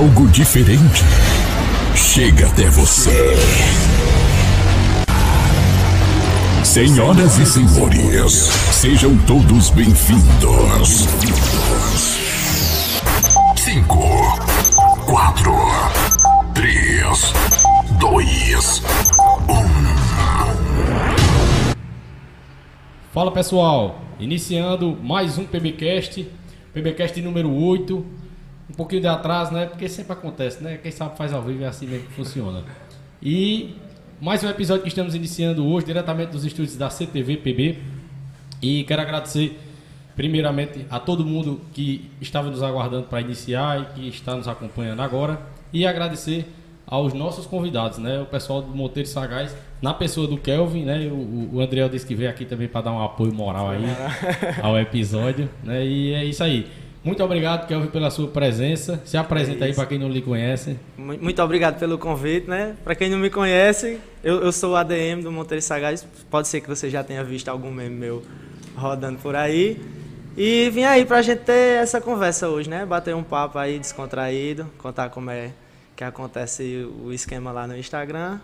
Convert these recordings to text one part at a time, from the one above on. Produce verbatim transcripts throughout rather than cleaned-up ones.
algo diferente chega até você. Senhoras e senhores, sejam todos bem-vindos. Cinco, quatro, três, dois, um. Fala pessoal, iniciando mais um PBcast, PBcast número oito. Um pouquinho de atraso, né? Porque sempre acontece, né? Quem sabe faz ao vivo, é assim mesmo que funciona. E mais um episódio que estamos iniciando hoje, diretamente dos estúdios da C T V P B. E quero agradecer, primeiramente, a todo mundo que estava nos aguardando para iniciar e que está nos acompanhando agora. E agradecer aos nossos convidados, né? O pessoal do Monteiro Sagaz, na pessoa do Kelvin, né? O, o André disse que veio aqui também para dar um apoio moral aí ao episódio, né? E é isso aí. Muito obrigado, Kelvin, pela sua presença. Se apresenta é aí para quem não lhe conhece. Muito obrigado pelo convite, né? Para quem não me conhece, eu, eu sou o A D M do Monteiro Sagaz. Pode ser que você já tenha visto algum meme meu rodando por aí. E vim aí para a gente ter essa conversa hoje, né? Bater um papo aí descontraído, contar como é que acontece o esquema lá no Instagram.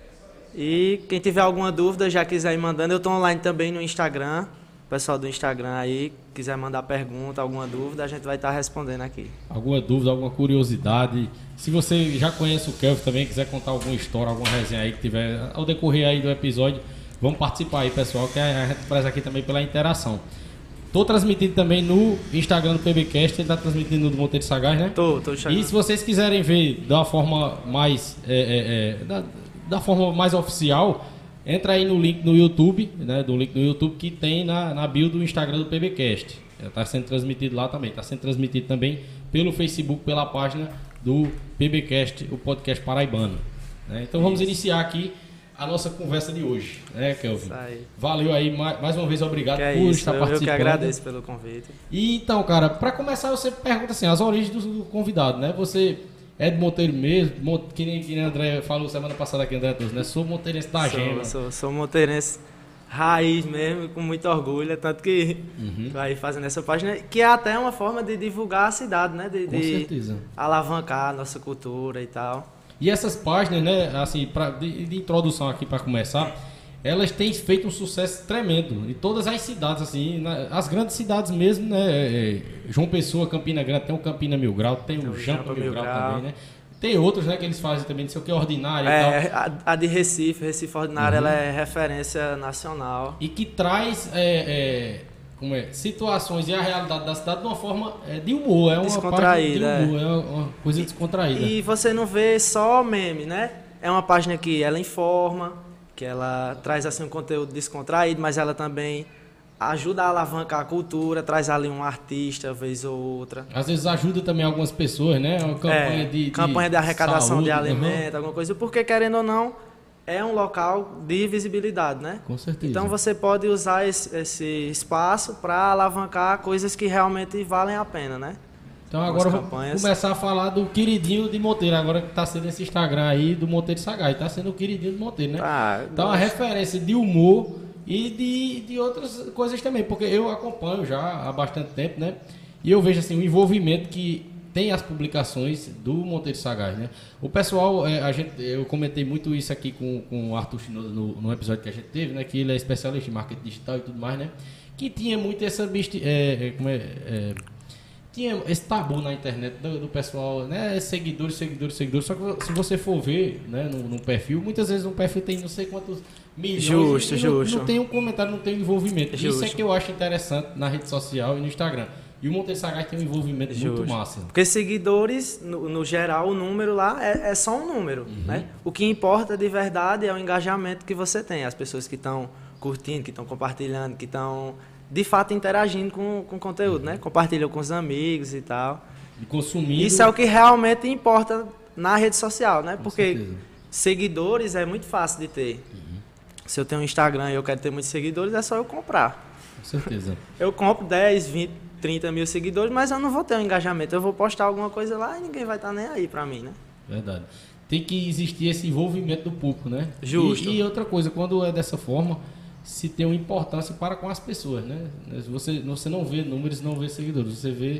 E quem tiver alguma dúvida, já quiser ir mandando, eu estou online também no Instagram. O pessoal do Instagram aí, quiser mandar pergunta, alguma dúvida, a gente vai estar respondendo aqui. Alguma dúvida, alguma curiosidade. Se você já conhece o Kelvin também, quiser contar alguma história, alguma resenha aí que tiver ao decorrer aí do episódio, vamos participar aí, pessoal, que a gente traz aqui também pela interação. Tô transmitindo também no Instagram do PBcast, ele tá transmitindo no do Monteiro Sagaz, né? Tô, tô chegando. E se vocês quiserem ver da forma mais, é, é, é, da, da forma mais oficial, entra aí no link no YouTube, né, do link no YouTube que tem na, na bio do Instagram do PBcast. Está sendo transmitido lá também. Está sendo transmitido também pelo Facebook, pela página do PBcast, o podcast paraibano. Né? Então vamos Isso. iniciar aqui a nossa conversa de hoje, né, Kelvin? Aí. Valeu aí, mais uma vez obrigado que é por isso, estar eu, participando. Eu que agradeço pelo convite. E então, cara, para começar, você pergunta assim, as origens do convidado, né? Você é de Monteiro mesmo, que nem, que nem André falou semana passada aqui, André Toso, né? Sou monteirense da sou, Gema. Sou, sou monteirense raiz mesmo, com muito orgulho, tanto que uhum. vai fazendo essa página, que é até uma forma de divulgar a cidade, né? De, Com de certeza. alavancar a nossa cultura e tal. E essas páginas, né, assim, pra, de, de introdução aqui para começar, elas têm feito um sucesso tremendo em todas as cidades, assim, na, as grandes cidades mesmo, né? É, João Pessoa, Campina Grande, tem o Campina Mil Grau, tem, tem o Jampa Mil Grau, Grau também, né? Tem outros, né, que eles fazem também, não sei o que, Ordinária é, e tal. A, a de Recife, Recife Ordinária, uhum. ela é referência nacional. E que traz é, é, como é, situações e a realidade da cidade de uma forma é, de humor, é uma descontraída, página de humor, é. é uma coisa descontraída. E, e você não vê só meme, né? É uma página que ela informa, que ela traz assim um conteúdo descontraído, mas ela também ajuda a alavancar a cultura, traz ali um artista, vez ou outra. Às vezes ajuda também algumas pessoas, né? Uma campanha é, de campanha de, de arrecadação saúde, de alimento, uhum. alguma coisa, porque querendo ou não, é um local de visibilidade, né? Com certeza. Então você pode usar esse, esse espaço para alavancar coisas que realmente valem a pena, né? Então agora vamos começar a falar do queridinho de Monteiro, agora que está sendo esse Instagram aí do Monteiro Sagaz, está sendo o queridinho de Monteiro, né? Ah, então a referência de humor e de, de outras coisas também, porque eu acompanho já há bastante tempo, né? E eu vejo assim o envolvimento que tem as publicações do Monteiro Sagaz, né? O pessoal, é, a gente, eu comentei muito isso aqui com, com o Arthur Chinoso no, no episódio que a gente teve, né? Que ele é especialista em marketing digital e tudo mais, né? Que tinha muito essa... É, como é, é, tinha esse tabu na internet do, do pessoal, né? Seguidores, seguidores, seguidores. Só que se você for ver, né, no, no perfil, muitas vezes um perfil tem não sei quantos milhões. Justo, e justo. Não, não tem um comentário, não tem um envolvimento. Justo. Isso é que eu acho interessante na rede social e no Instagram. E o Monteiro Sagaz tem um envolvimento Justo. muito massa. Porque seguidores, no, no geral, o número lá é, é só um número, uhum. né? O que importa de verdade é o engajamento que você tem. As pessoas que estão curtindo, que estão compartilhando, que estão... de fato interagindo com, com o conteúdo, né? Compartilham com os amigos e tal. E consumindo. Isso é o que realmente importa na rede social, né? Com Porque certeza. Seguidores é muito fácil de ter. Uhum. Se eu tenho um Instagram e eu quero ter muitos seguidores, é só eu comprar. Com certeza. Eu compro dez, vinte, trinta mil seguidores, mas eu não vou ter um engajamento. Eu vou postar alguma coisa lá e ninguém vai estar nem aí pra mim, né? Verdade. Tem que existir esse envolvimento do público, né? Justo. E, e outra coisa, quando é dessa forma, se tem uma importância para com as pessoas, né? Você, você não vê números, não vê seguidores, você vê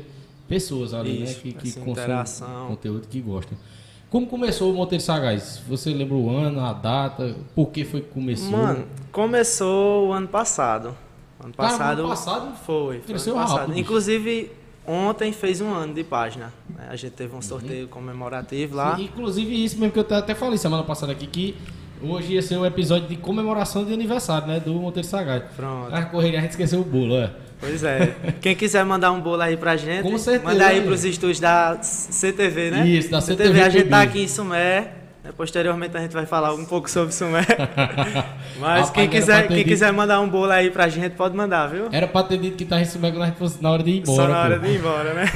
pessoas ali, Isso, né? Que, que essa consomem interação. conteúdo, que gostam. Como começou o Monteiro Sagaz? Você lembra o ano, a data? Por que foi que começou? Mano, começou o ano passado. Ano Cara, passado, ano passado foi, foi cresceu ano passado. rápido, bicho. Inclusive, ontem fez um ano de página. Né? A gente teve um sorteio comemorativo lá. Sim, inclusive isso mesmo que eu até falei semana passada aqui, que hoje ia ser o episódio de comemoração de aniversário, né? Do Monteiro Sagaz. Pronto. A correria, a gente esqueceu o bolo, é. Pois é. Quem quiser mandar um bolo aí pra gente, Com certeza, manda aí né? pros estúdios da C T V, né? Isso, da C T V. C T V A gente tá P B. aqui em Sumé. Né? Posteriormente a gente vai falar um pouco sobre Sumé. Mas Rapaz, quem era quiser, pra ter quem dito- quiser mandar um bolo aí pra gente, pode mandar, viu? Era pra ter dito que tava em Sumé quando a gente fosse na hora de ir embora. Só na hora pô. de ir embora, né?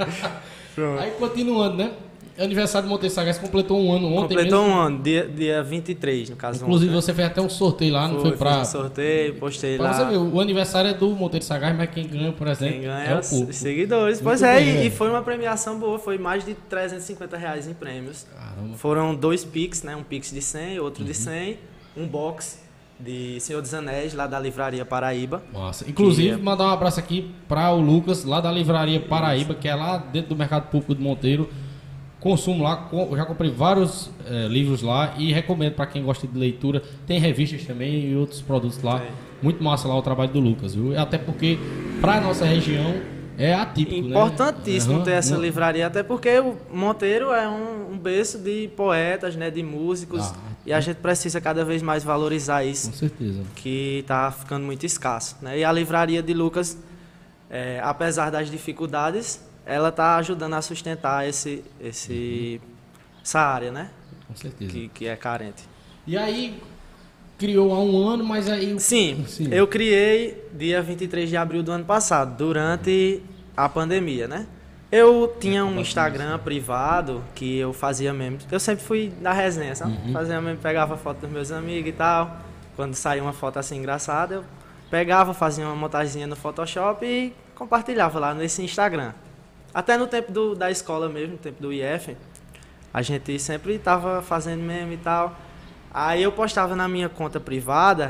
Pronto. Aí continuando, né? Aniversário do Monteiro Sagaz completou um ano ontem Completou mesmo. um ano, dia, dia vinte e três, no caso. Inclusive ontem, você fez até um sorteio lá, não foi, foi, pra... fiz um sorteio, postei Pra lá. você ver, o aniversário é do Monteiro Sagaz, mas quem ganha, por exemplo, Quem ganha é o público. os seguidores. Muito Pois é, bem, e, velho. e foi uma premiação boa, foi mais de trezentos e cinquenta reais em prêmios. Caramba. Foram dois Pix, né? Um Pix de cem, outro Uhum. de cem, um box de Senhor dos Anéis, lá da Livraria Paraíba. Massa. Inclusive, Que é- mandar um abraço aqui para o Lucas, lá da Livraria Paraíba, que é lá dentro do Mercado Público de Monteiro. Consumo lá, com- já comprei vários eh, livros lá e recomendo para quem gosta de leitura. Tem revistas também e outros produtos lá. Tem. Muito massa lá o trabalho do Lucas, viu? Até porque para nossa região é atípico, Importantíssimo né? Aham. ter essa Não- livraria, até porque o Monteiro é um, um berço de poetas, né? De músicos. Ah. E a gente precisa cada vez mais valorizar isso. Com certeza. Que está ficando muito escasso, né? E a livraria de Lucas, é, apesar das dificuldades, ela está ajudando a sustentar esse, esse, essa área, né? Com certeza. Que, que é carente. E aí, criou há um ano, mas aí... o- Sim, eu criei dia vinte e três de abril do ano passado, durante a pandemia, né? Eu tinha um Instagram privado que eu fazia mesmo. Eu sempre fui da resenha, sabe? Fazia mesmo, pegava foto dos meus amigos e tal. Quando saía uma foto assim engraçada, eu pegava, fazia uma montagenzinha no Photoshop e compartilhava lá nesse Instagram. Até no tempo do, da escola mesmo, no tempo do I F, a gente sempre estava fazendo meme e tal. Aí eu postava na minha conta privada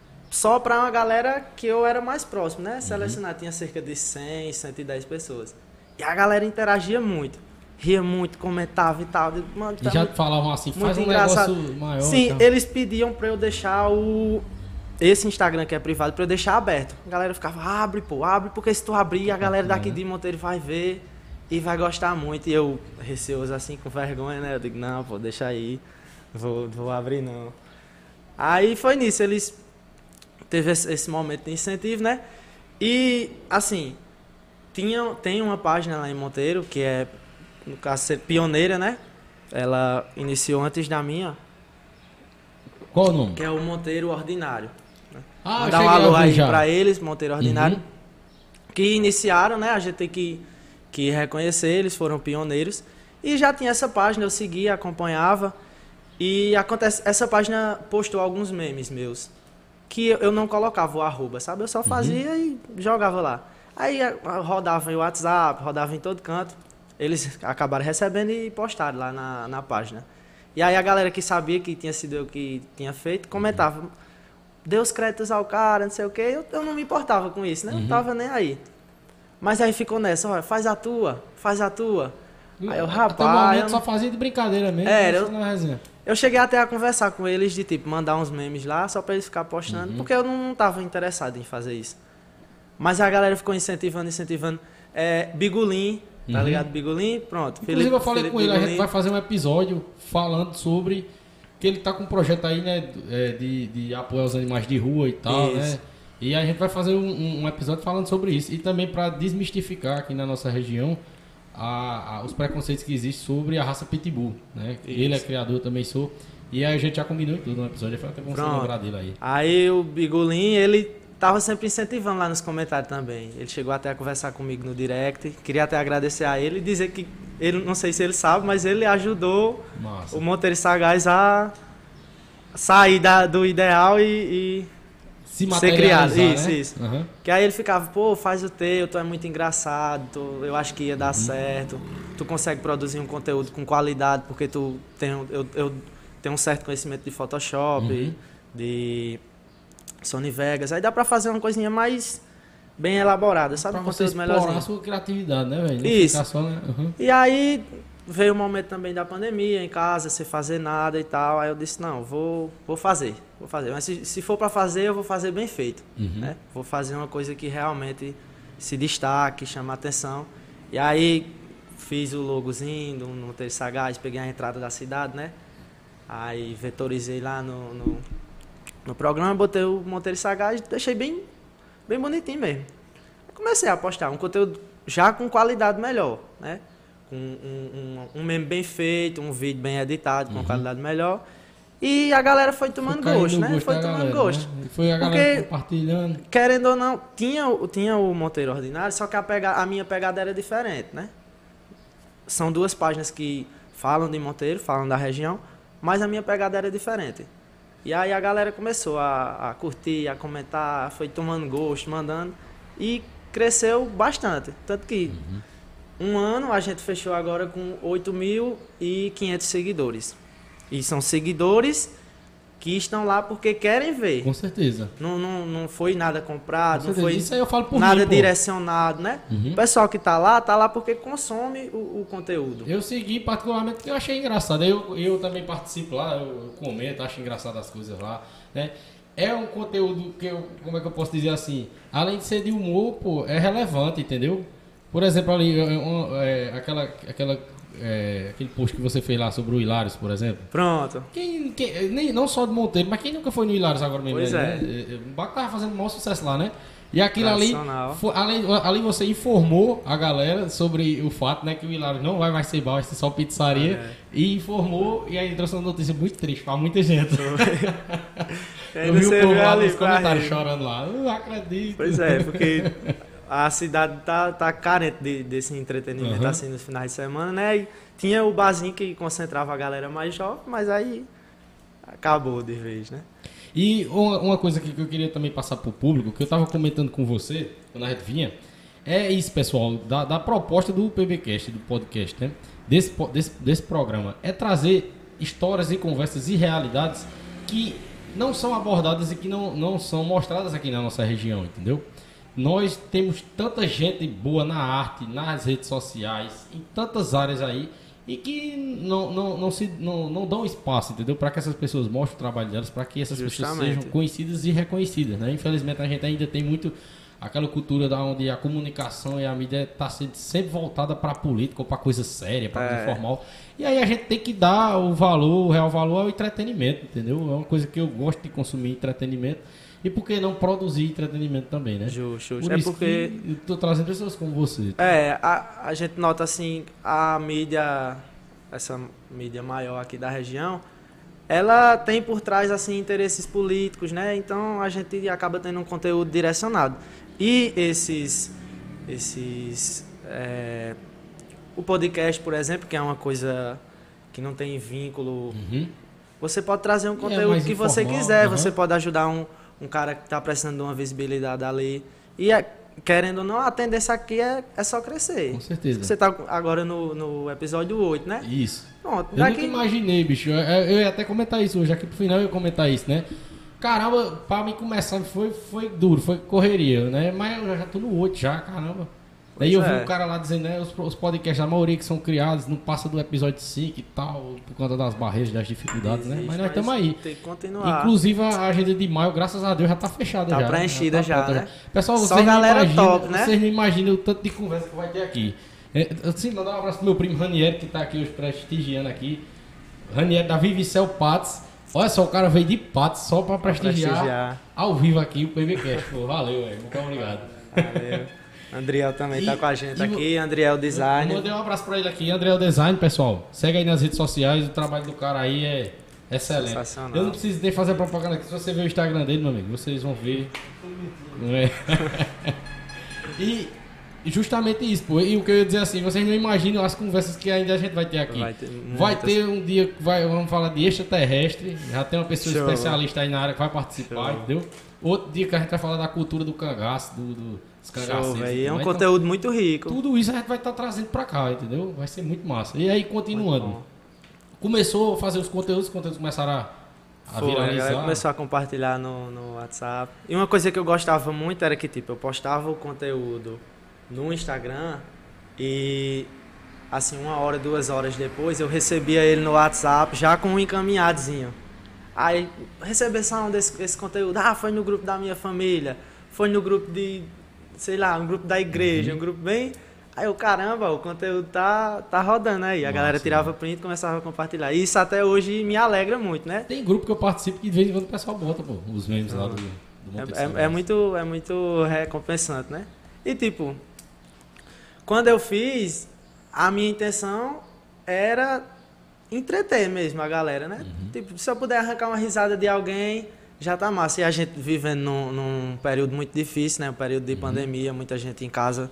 só para uma galera que eu era mais próximo, né? Selecionar, tinha cerca de cem, cento e dez pessoas. E a galera interagia muito, ria muito, comentava e tal. Eu, Mano, E tá já muito- falavam assim, faz muito um engraçado. negócio maior. Sim, e tal. eles pediam para eu deixar o esse Instagram que é privado para eu deixar aberto. A galera ficava, abre, pô, abre, porque se tu abrir, a galera daqui de Monteiro vai ver e vai gostar muito. E eu, receoso assim, com vergonha, né? Eu digo, não, pô, deixa aí, vou, vou abrir não. Aí foi nisso, eles teve esse, esse momento de incentivo, né? E, assim, tinha, tem uma página lá em Monteiro, que é, no caso, ser pioneira, né? Ela iniciou antes da minha, Qual o nome? que é o Monteiro Ordinário. Ah, Mandar um cheguei a alô ver aí já. pra eles, Monteiro Ordinário, Uhum. que iniciaram, né? A gente tem que, que reconhecer, eles foram pioneiros. E já tinha essa página, eu seguia, acompanhava. E acontece, essa página postou alguns memes meus, que eu- eu não colocava o arroba, sabe? Eu só fazia e jogava lá. Aí a- a- rodava em WhatsApp, rodava em todo canto. Eles acabaram recebendo e postaram lá na, na página. E aí a galera que sabia que tinha sido eu que tinha feito, comentava, deu os créditos ao cara, não sei o quê. Eu, eu não me importava com isso, né? Eu não tava nem aí. Mas aí ficou nessa, olha, faz a tua, faz a tua. Aí eu, Até o rapaz, momento eu só fazia de brincadeira mesmo. Era, só eu- na resenha. Eu cheguei até a conversar com eles de tipo mandar uns memes lá só pra eles ficar Uhum. postando, porque eu não, não tava interessado em fazer isso. Mas a galera ficou incentivando, incentivando. É, Bigulim, tá Uhum. ligado? Bigulim, pronto. Inclusive eu falei Felipe com ele, a gente Bigulim. vai fazer um episódio falando sobre que ele tá com um projeto aí, né, é, de, de apoio aos animais de rua e tal, Isso. né? E a gente vai fazer um, um episódio falando sobre isso. E também para desmistificar aqui na nossa região a- a- os preconceitos que existem sobre a raça Pitbull, né? Ele é Isso. criador, eu também sou. E aí a gente já combinou tudo no episódio, foi até bom você Pronto. lembrar dele aí. Aí o Bigulim, ele tava sempre incentivando lá nos comentários também. Ele chegou até a conversar comigo no direct. Queria até agradecer a ele e dizer que, ele não sei se ele sabe, mas ele ajudou Massa. o Monteiro Sagaz a sair da- do ideal e- e Se ser criado, materializar, isso, né? isso. Aham. Que aí ele ficava, pô, faz o teu, tu é muito engraçado, tu- eu acho que ia Uhum. dar certo, tu consegue produzir um conteúdo com qualidade, porque tu tem, um- eu, eu tenho um certo conhecimento de Photoshop, Uhum. de Sony Vegas, aí dá pra fazer uma coisinha mais, bem elaborada, sabe? Pra Um você conteúdo explorar melhorzinho. a sua criatividade, né, velho? Não Isso. ficar só, né? Uhum. E aí veio o momento também da pandemia, em casa, sem fazer nada e tal. Aí eu disse, não, vou, vou fazer, vou fazer. Mas se, se for para fazer, eu vou fazer bem feito, Uhum. né? Vou fazer uma coisa que realmente se destaque, chama atenção. E aí fiz o logozinho do Monteiro Sagaz, peguei a entrada da cidade, né? Aí vetorizei lá no, no, no programa, botei o Monteiro Sagaz, deixei bem, bem bonitinho mesmo. Aí comecei a postar um conteúdo já com qualidade melhor, né? Com um, um, um meme bem feito, um vídeo bem editado, com Uhum. qualidade melhor. E a galera foi tomando Foi caindo gosto, no né? gosto Foi da tomando galera, gosto. né? E foi a galera Porque- compartilhando. Querendo ou não, tinha, o- tinha o Monteiro Ordinário, só que a, pega, a minha pegada era diferente, né? São duas páginas que falam de Monteiro, falam da região, mas a minha pegada era diferente. E aí a galera começou a, a curtir, a comentar, foi tomando gosto, mandando, e cresceu bastante. Tanto que um ano a gente fechou agora com oito mil e quinhentos seguidores. E são seguidores que estão lá porque querem ver. Com certeza. Não, não, não foi nada comprado, Com não certeza. foi Isso aí eu falo por nada mim, pô. direcionado, né? Uhum. O pessoal que tá lá, tá lá porque consome o, o conteúdo. Eu segui particularmente porque eu achei engraçado. Eu, eu também participo lá, eu, eu comento, acho engraçado as coisas lá, né? É um conteúdo que eu, como é que eu posso dizer assim, além de ser de humor, pô, é relevante, entendeu? Por exemplo, ali, é, um, é, aquela, aquela, é, aquele post que você fez lá sobre o Hilários, por exemplo. Pronto. Quem, quem, nem, não só de Monteiro, mas quem nunca foi no Hilários agora mesmo? Pois né? é. O Baco tava fazendo o maior sucesso lá, né? E aquilo ali, Tradicional. foi, além, ali você informou a galera sobre o fato, né, que o Hilários não vai mais ser bar, vai ser só pizzaria. É. E informou, e aí trouxe uma notícia muito triste pra muita gente. Aí Eu vi você o povo vê lá ali nos pra comentários rir. chorando lá. Eu não acredito. Pois é, porque a cidade tá, tá carente de- desse entretenimento Uhum. assim nos finais de semana, né? E tinha o barzinho que concentrava a galera mais jovem, mas aí acabou de vez, né? E uma, uma coisa que eu queria também passar pro público, que eu tava comentando com você, quando a gente vinha, é isso, pessoal, da, da proposta do PBcast, do podcast, né? Desse, po- desse, desse programa. É trazer histórias e conversas e realidades que não são abordadas e que não, não são mostradas aqui na nossa região, entendeu? Nós temos tanta gente boa na arte, nas redes sociais, em tantas áreas aí, e que não, não, não, se, não, não dão espaço, entendeu? Para que essas pessoas mostrem o trabalho delas, para que essas pessoas Justamente. sejam conhecidas e reconhecidas, né? Infelizmente a gente ainda tem muito aquela cultura da onde a comunicação e a mídia está sendo sempre voltada para a política ou para coisa séria, para coisa É. formal. E aí a gente tem que dar o valor, o real valor ao entretenimento, entendeu? É uma coisa que eu gosto de consumir entretenimento. E por que não produzir entretenimento também, né? Justo, Por justo. É isso porque que eu tô trazendo pessoas como você. É, a, a gente nota assim, a mídia, essa mídia maior aqui da região, ela tem por trás assim interesses políticos, né? Então a gente acaba tendo um conteúdo direcionado. E esses, esses, é, o podcast, por exemplo, que é uma coisa que não tem vínculo, Uhum. você pode trazer um E é conteúdo mais que você informal, quiser, aham. você pode ajudar um, um cara que está precisando de uma visibilidade ali. E é, querendo ou não, a tendência aqui é, é só crescer. Com certeza. Você está agora no, no episódio oito, né? Isso. Pronto, Eu daqui... nunca imaginei, bicho. Eu, eu ia até comentar isso hoje, aqui pro final eu ia comentar isso, né? Caramba, pra mim começar foi, foi duro, foi correria, né? Mas eu já tô no oito já, caramba. Daí eu vi é. um cara lá dizendo, né? Os, os podcasts, a maioria que são criados, não passa do episódio cinco e tal, por conta das barreiras, das dificuldades, né? Existe, Mas nós estamos aí. Tem que continuar. Inclusive a agenda de maio, graças a Deus, já tá fechada Tá já. preenchida já, pronta né? Pessoal, Só vocês galera não imaginam, top, né? vocês não imaginam o tanto de conversa que vai ter aqui. É, assim, mandar um abraço pro meu primo Ranieri, que tá aqui hoje prestigiando aqui. Ranieri da Vivicel Patos. Olha só, o cara veio de Patos só pra prestigiar, prestigiar. ao vivo aqui o PBcast. Pô, valeu, velho. Muito obrigado. Valeu. Andriel também E- tá com a gente e- aqui, Andriel Design. Eu mandei um abraço pra ele aqui, André o Design, pessoal. Segue aí nas redes sociais, o trabalho do cara aí é excelente. Sensacional. Eu não preciso nem fazer propaganda aqui, se você ver o Instagram dele, meu amigo, vocês vão ver. Não é? E justamente isso, pô. E o que eu ia dizer assim, vocês não imaginam as conversas que ainda a gente vai ter aqui. Vai ter Vai muitas. ter um dia que vai, vamos falar de extraterrestre, já tem uma pessoa Show. especialista aí na área que vai participar, Show. entendeu? Outro dia que a gente vai falar da cultura do cangaço, do, do, dos Show, cangaceiros. velho. É um Então, conteúdo muito rico. tudo isso a gente vai estar trazendo pra cá, entendeu? Vai ser muito massa. E aí, Muito continuando. bom. Começou a fazer os conteúdos, os conteúdos começaram a, a Foi, a galera viralizar. começou a compartilhar no, no WhatsApp. E uma coisa que eu gostava muito era que, tipo, eu postava o conteúdo no Instagram e, assim, uma hora, duas horas depois, eu recebia ele no WhatsApp já com um encaminhadozinho. Aí, recepção desse esse conteúdo, ah, foi no grupo da minha família, foi no grupo de, sei lá, um grupo da igreja, Uhum. um grupo bem... Aí eu, caramba, o conteúdo tá, tá rodando aí. A Nossa, galera tirava print e começava a compartilhar. E isso até hoje me alegra muito, né? Tem grupo que eu participo que de vez em quando o pessoal bota, pô, os memes lá do, do Monteiro É, é, Sagaz. é muito, é muito recompensante, né? E tipo, quando eu fiz, a minha intenção era entreter mesmo a galera, né? Uhum. Tipo, se eu puder arrancar uma risada de alguém, já tá massa. E a gente vivendo num, num período muito difícil, né? Um período de Uhum. pandemia, muita gente em casa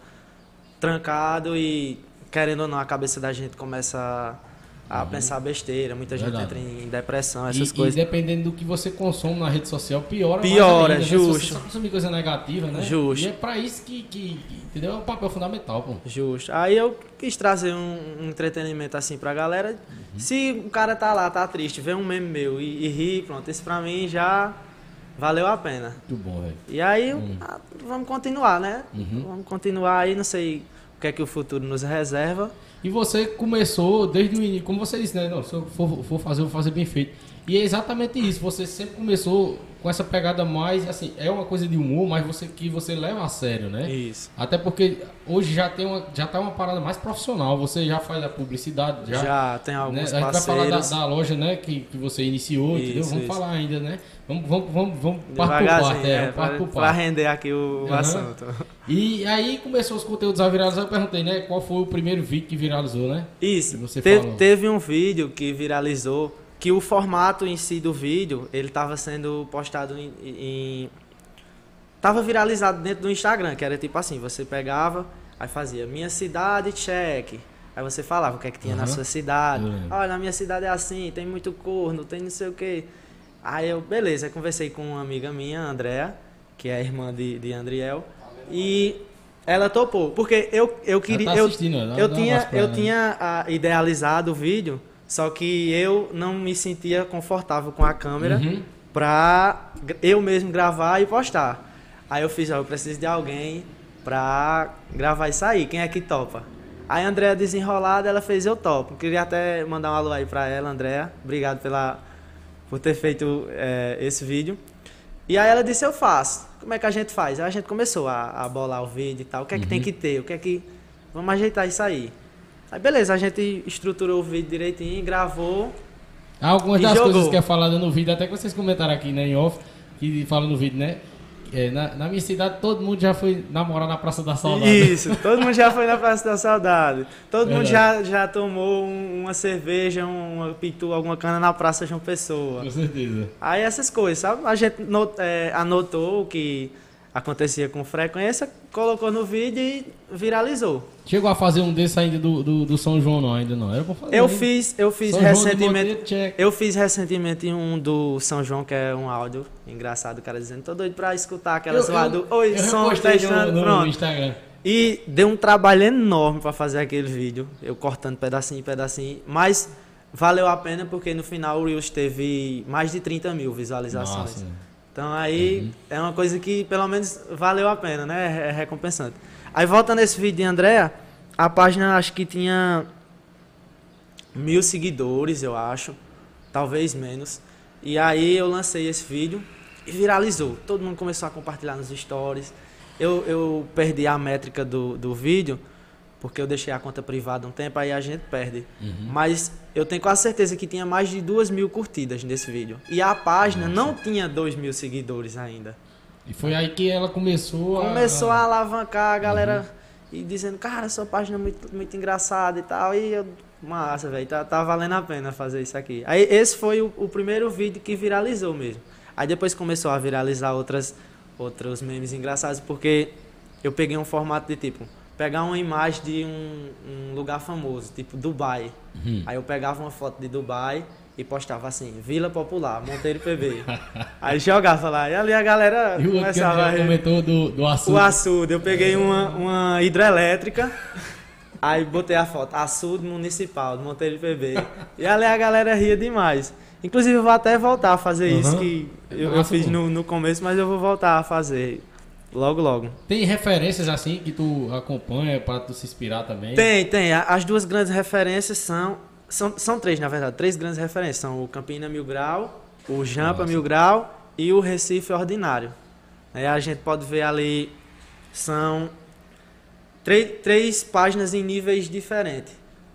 trancado e, querendo ou não, a cabeça da gente começa a, a Uhum. pensar besteira, muita Verdade. gente entra em depressão, essas E, coisas. e dependendo do que você consome na rede social, piora Piora, mais ainda, né? Se justo. você só consumir coisa negativa, né? Justo. E é pra isso que, que, que entendeu? É um papel fundamental, pô. Justo. Aí eu quis trazer um, um entretenimento assim pra galera. Se o cara tá lá, tá triste, vê um meme meu e, e ri, pronto, isso pra mim já valeu a pena. Muito bom, velho. E aí, Hum. ah, vamos continuar, né? Uhum. Vamos continuar aí, não sei o que é que o futuro nos reserva. E você começou desde o início, como você disse, né? Não, se eu for, for fazer, eu vou fazer bem feito. E é exatamente isso, você sempre começou com essa pegada mais, assim, é uma coisa de humor, mas você que você leva a sério, né? Isso. Até porque hoje já tem uma, já tá uma parada mais profissional, você já faz a publicidade, já, Já, tem né? alguns A gente vai falar parceiros. da, da loja, né, que, que você iniciou, entendeu? Isso, Vamos isso. falar ainda, né? Vamos, vamos, vamos, vamos parte por Devagarzinho, parte, é, é, vamos parte pra, por pra parte. render aqui o, o Aham. assunto. E aí começou os conteúdos a viralizar, eu perguntei, né, qual foi o primeiro vídeo que viralizou, né? Isso. Que você Te- falou. teve um vídeo que viralizou, que o formato em si do vídeo, ele estava sendo postado em, em... Tava viralizado dentro do Instagram, que era tipo assim, você pegava, aí fazia minha cidade, check. Aí você falava o que é que tinha na Aham. sua cidade. Eu lembro. Olha, na minha cidade é assim, tem muito corno, tem não sei o quê. Aí eu, beleza, eu conversei com uma amiga minha, a Andrea, que é a irmã de, de Andriel, e ela topou, porque eu, eu queria... tá eu, assistindo, ó, dá- eu dá um tinha, abraço pra eu ela, né? tinha ah, idealizado o vídeo, só que eu não me sentia confortável com a câmera Uhum. pra gra- eu mesmo gravar e postar. Aí eu fiz, ó, eu preciso de alguém pra gravar isso aí, quem é que topa? Aí a Andrea desenrolada, ela fez eu topo. Queria até mandar um alô aí pra ela, Andrea. Obrigado pela, por ter feito é, esse vídeo. E aí ela disse, eu faço. Como é que a gente faz? Aí a gente começou a, a bolar o vídeo e tal. O que é que Uhum. tem que ter? O que é que... Vamos ajeitar isso aí. Aí beleza, a gente estruturou o vídeo direitinho, gravou. Algumas E das jogou. coisas que é falada no vídeo, até que vocês comentaram aqui, né, em off, que fala no vídeo, né? É, na, na minha cidade todo mundo já foi namorar na Praça da Saudade. Isso, todo mundo já foi na Praça da Saudade. Todo mundo já, Verdade. já tomou um- uma cerveja, uma pitu, alguma cana na Praça João Pessoa. Com certeza. Aí essas coisas, sabe? A gente not- é, anotou o que acontecia com frequência, colocou no vídeo e viralizou. Chegou a fazer um desses ainda do, do, do São João, não? Ainda não. Era pra fazer. Eu né? fiz, eu fiz São João de recentemente. Monteiro, check. Eu fiz recentemente um do São João, que é um áudio engraçado, o cara dizendo, tô doido pra escutar aquelas Eu- lá eu- do Oi, eu som, repostei no- testando, no, pronto. Instagram. E deu um trabalho enorme pra fazer aquele vídeo, eu cortando pedacinho, pedacinho, mas valeu a pena porque no final o Reels teve mais de trinta mil visualizações. Nossa. Então aí Uhum. é uma coisa que pelo menos valeu a pena, né? É recompensante. Aí voltando nesse vídeo de Andrea, a página acho que tinha mil seguidores, eu acho, talvez menos. E aí eu lancei esse vídeo e viralizou. Todo mundo começou a compartilhar nos stories. Eu, eu perdi a métrica do, do vídeo, porque eu deixei a conta privada um tempo, aí a gente perde. Uhum. Mas eu tenho quase certeza que tinha mais de duas mil curtidas nesse vídeo. E a página não tinha dois mil seguidores ainda. E foi aí que ela começou a... Começou a alavancar a galera e dizendo, cara, sua página é muito, muito engraçada e tal. E eu, massa, velho, tá, tá valendo a pena fazer isso aqui. Aí esse foi o, o primeiro vídeo que viralizou mesmo. Aí depois começou a viralizar outras, outros memes engraçados, porque eu peguei um formato de tipo, pegar uma imagem de um, um lugar famoso, tipo Dubai. Uhum. Aí eu pegava uma foto de Dubai e postava assim, Vila Popular, Monteiro P B. Aí jogava lá, e ali a galera E o outro que começava a ela rir. comentou do, do açúcar. O açude, eu peguei uma, uma hidrelétrica, aí botei a foto, açude municipal, do Monteiro P B. E ali a galera ria demais. Inclusive eu vou até voltar a fazer Uhum. isso que eu, eu fiz no, no começo, mas eu vou voltar a fazer logo, logo. Tem referências assim que tu acompanha para tu se inspirar também? Tem, tem. A- As duas grandes referências são, são... São três, na verdade. Três grandes referências. São o Campina Mil Grau, o Jampa Nossa. Mil Grau e o Recife Ordinário. Aí a gente pode ver ali, são três, três páginas em níveis diferentes.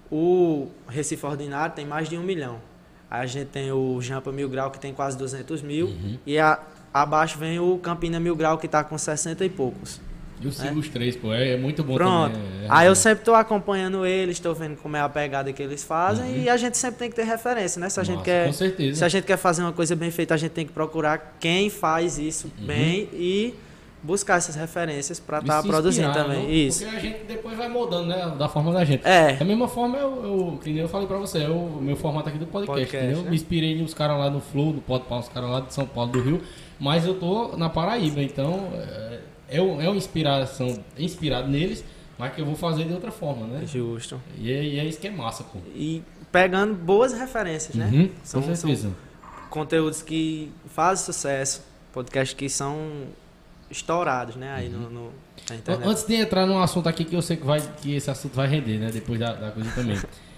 O Recife Ordinário tem mais de um milhão. Aí a gente tem o Jampa Mil Grau, que tem quase duzentos mil. Uhum. E a, abaixo vem o Campina Mil Grau, que está com sessenta e poucos. Eu sigo os três, pô. É, é muito bom Pronto. também. é- é Aí eu razão. sempre estou acompanhando eles, estou vendo como é a pegada que eles fazem. Uhum. E a gente sempre tem que ter referência, né? Se a gente Nossa, quer... com certeza. Se a gente quer fazer uma coisa bem feita, a gente tem que procurar quem faz isso Uhum. bem e buscar essas referências para E estar se produzindo inspirar, também. não? Isso. Porque a gente depois vai mudando, né? Da forma da gente. É. Da mesma forma, eu, eu, que nem eu falei pra você, é o meu formato aqui do podcast, Podcast, entendeu? né? Me inspirei nos caras lá no Flow, no Podpah, os caras lá de São Paulo, do Rio, mas eu tô na Paraíba, então é, é, um- é uma inspiração, inspirado neles, mas que eu vou fazer de outra forma, né? Justo. E é, e é isso que é massa, pô. E pegando boas referências, né? Uhum, São- com certeza. são conteúdos que fazem sucesso, podcasts que são estourados, né? Aí no, no, na internet. Antes de entrar num assunto aqui que eu sei que, vai, que esse assunto vai render, né? Depois da, da coisa também.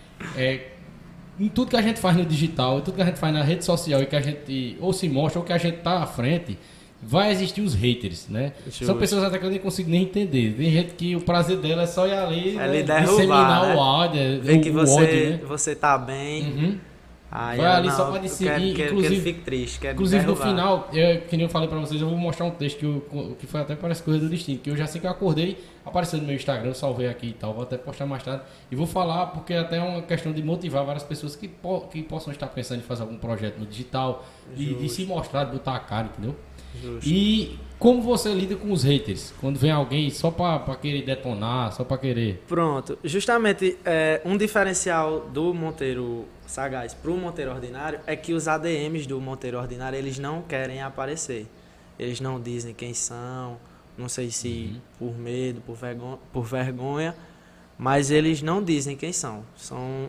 É, em tudo que a gente faz no digital, em tudo que a gente faz na rede social e que a gente ou se mostra ou que a gente tá à frente, vai existir os haters, né? Justo. São pessoas até que eu nem consigo nem entender. Tem gente que o prazer dela é só ir ali, É né, lhe derrubar, disseminar né? o ódio, Ver o, que o você, ódio, né? você tá bem. Uhum. Aí Vai ela, ali não, só pra eu decidir, quero, quero que inclusive- ele fique triste. Quero Inclusive no derrubar. final, eu, que nem eu falei pra vocês, eu vou mostrar um texto que, eu, que foi até para as coisas do destino, que eu já sei que eu acordei, apareceu no meu Instagram, eu salvei aqui e tal, vou até postar mais tarde. E vou falar porque é até uma questão de motivar várias pessoas que, po, que possam estar pensando em fazer algum projeto no digital, de, de se mostrar, de botar a cara, entendeu? Justo. E como você lida com os haters? Quando vem alguém só pra, pra querer detonar, só pra querer... Pronto. Justamente, é, um diferencial do Monteiro Sagaz para o Monteiro Ordinário é que os A D Ms do Monteiro Ordinário, eles não querem aparecer. Eles não dizem quem são, não sei se por medo, por vergonha, por vergonha, mas eles não dizem quem são. São...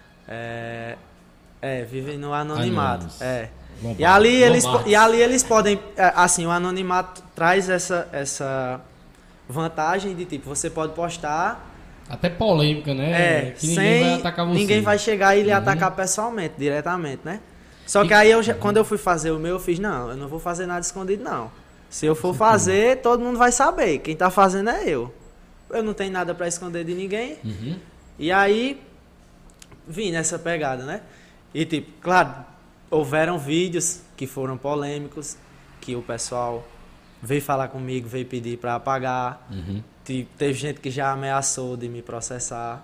É, é vivem no anonimato. Anônimos. É. Lombardi. E ali, eles, Lombardi. e ali eles podem, é, assim, o anonimato traz essa, essa vantagem de tipo, você pode postar, Até polêmica, né? é, que ninguém sem, vai atacar você. ninguém vai chegar e lhe Uhum. atacar pessoalmente, diretamente, né? Só que E- aí, eu, já- quando eu fui fazer o meu, eu fiz, não, eu não vou fazer nada escondido, não. Se eu for fazer, todo mundo vai saber, quem tá fazendo é eu. Eu não tenho nada pra esconder de ninguém, Uhum. e aí, vim nessa pegada, né? E tipo, claro, houveram vídeos que foram polêmicos, que o pessoal veio falar comigo, veio pedir pra apagar. Uhum. Te- Teve gente que já ameaçou de me processar,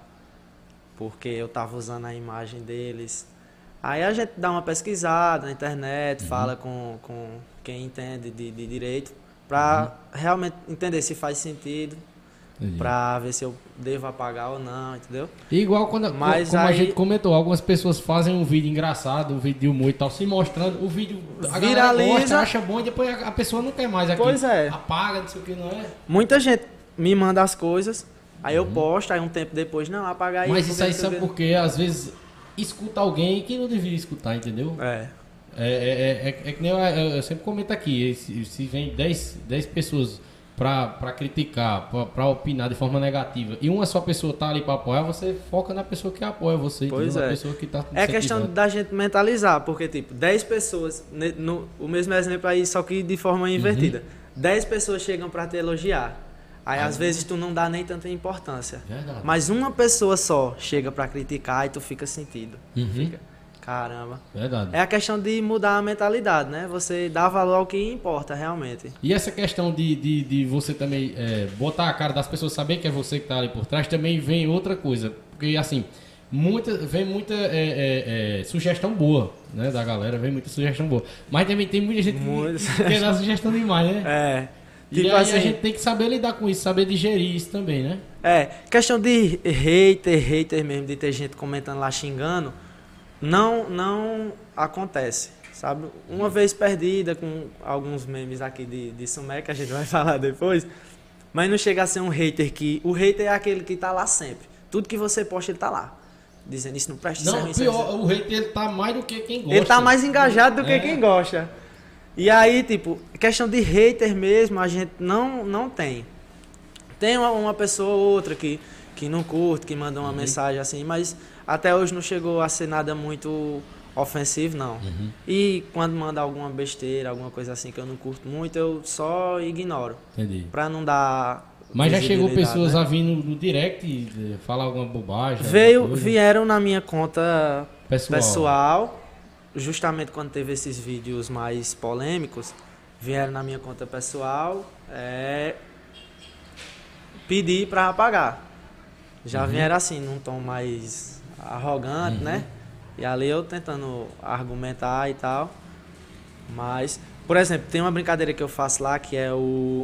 porque eu tava usando a imagem deles. Aí a gente dá uma pesquisada na internet, Uhum. fala com, com quem entende de, de direito, pra realmente entender se faz sentido, Entendi. pra ver se eu devo apagar ou não, entendeu? E igual quando, Mas como a aí- gente comentou, algumas pessoas fazem um vídeo engraçado, um vídeo de humor e tal, se mostrando, o vídeo a galera Viraliza. gosta, acha bom e depois a, a pessoa não quer mais aqui. Pois é. Apaga, não sei o que, não é? Muita gente me manda as coisas, aí eu posto, aí um tempo depois, não, apagar aí. Uhum. Mas porque isso aí não sei sabe o quê. por quê? Às vezes escuta alguém que não deveria escutar, entendeu? É, É, é, é, é que nem eu, eu- eu sempre comento aqui, se, se vem dez pessoas pra, pra criticar, pra, pra opinar de forma negativa, e uma só pessoa tá ali pra apoiar, você foca na pessoa que apoia você, Pois entendeu? Na é. pessoa que tá é questão incentivando. da gente mentalizar, porque tipo, dez pessoas, ne- no, o mesmo exemplo aí, só que de forma invertida. dez pessoas chegam pra te elogiar. Aí às vezes tu não dá nem tanta importância. Verdade. Mas uma pessoa só chega pra criticar e tu fica sentido. Uhum. Fica, caramba. Verdade. É a questão de mudar a mentalidade, né? Você dá valor ao que importa realmente. E essa questão de, de, de você também é, botar a cara das pessoas, saber que é você que tá ali por trás, também vem outra coisa. Porque assim, muita, vem muita é, é, é, sugestão boa, né, da galera, vem muita sugestão boa. Mas também tem muita gente Muita que quer dar sugestão demais, né? É. E Tipo aí assim, a gente tem que saber lidar com isso, saber digerir isso também, né? É, questão de hater, hater mesmo, de ter gente comentando lá xingando, não, não acontece, sabe? Uma vez perdida com alguns memes aqui de, de Sumé, que a gente vai falar depois, mas não chega a ser um hater que... O hater é aquele que tá lá sempre. Tudo que você posta, ele tá lá. dizendo isso não presta, Não, isso é ruim, pior, o hater ele tá mais do que quem gosta. ele tá mais engajado do que É. quem gosta. E aí, tipo, questão de hater mesmo, a gente não, não tem. Tem uma, uma pessoa ou outra que, que não curte, que manda uma Uhum. mensagem assim, mas até hoje não chegou a ser nada muito ofensivo, não. Uhum. E quando manda alguma besteira, alguma coisa assim que eu não curto muito, eu só ignoro. Entendi. Pra não dar. Mas já chegou visibilidade, pessoas né? a vir no, no direct e falar alguma bobagem? Veio, alguma coisa? vieram na minha conta Pessoal. pessoal, justamente quando teve esses vídeos mais polêmicos, vieram na minha conta pessoal é, pedir para apagar. Já Uhum. vieram assim, num tom mais arrogante, Uhum. né? E ali eu tentando argumentar e tal. Mas, por exemplo, tem uma brincadeira que eu faço lá que é o...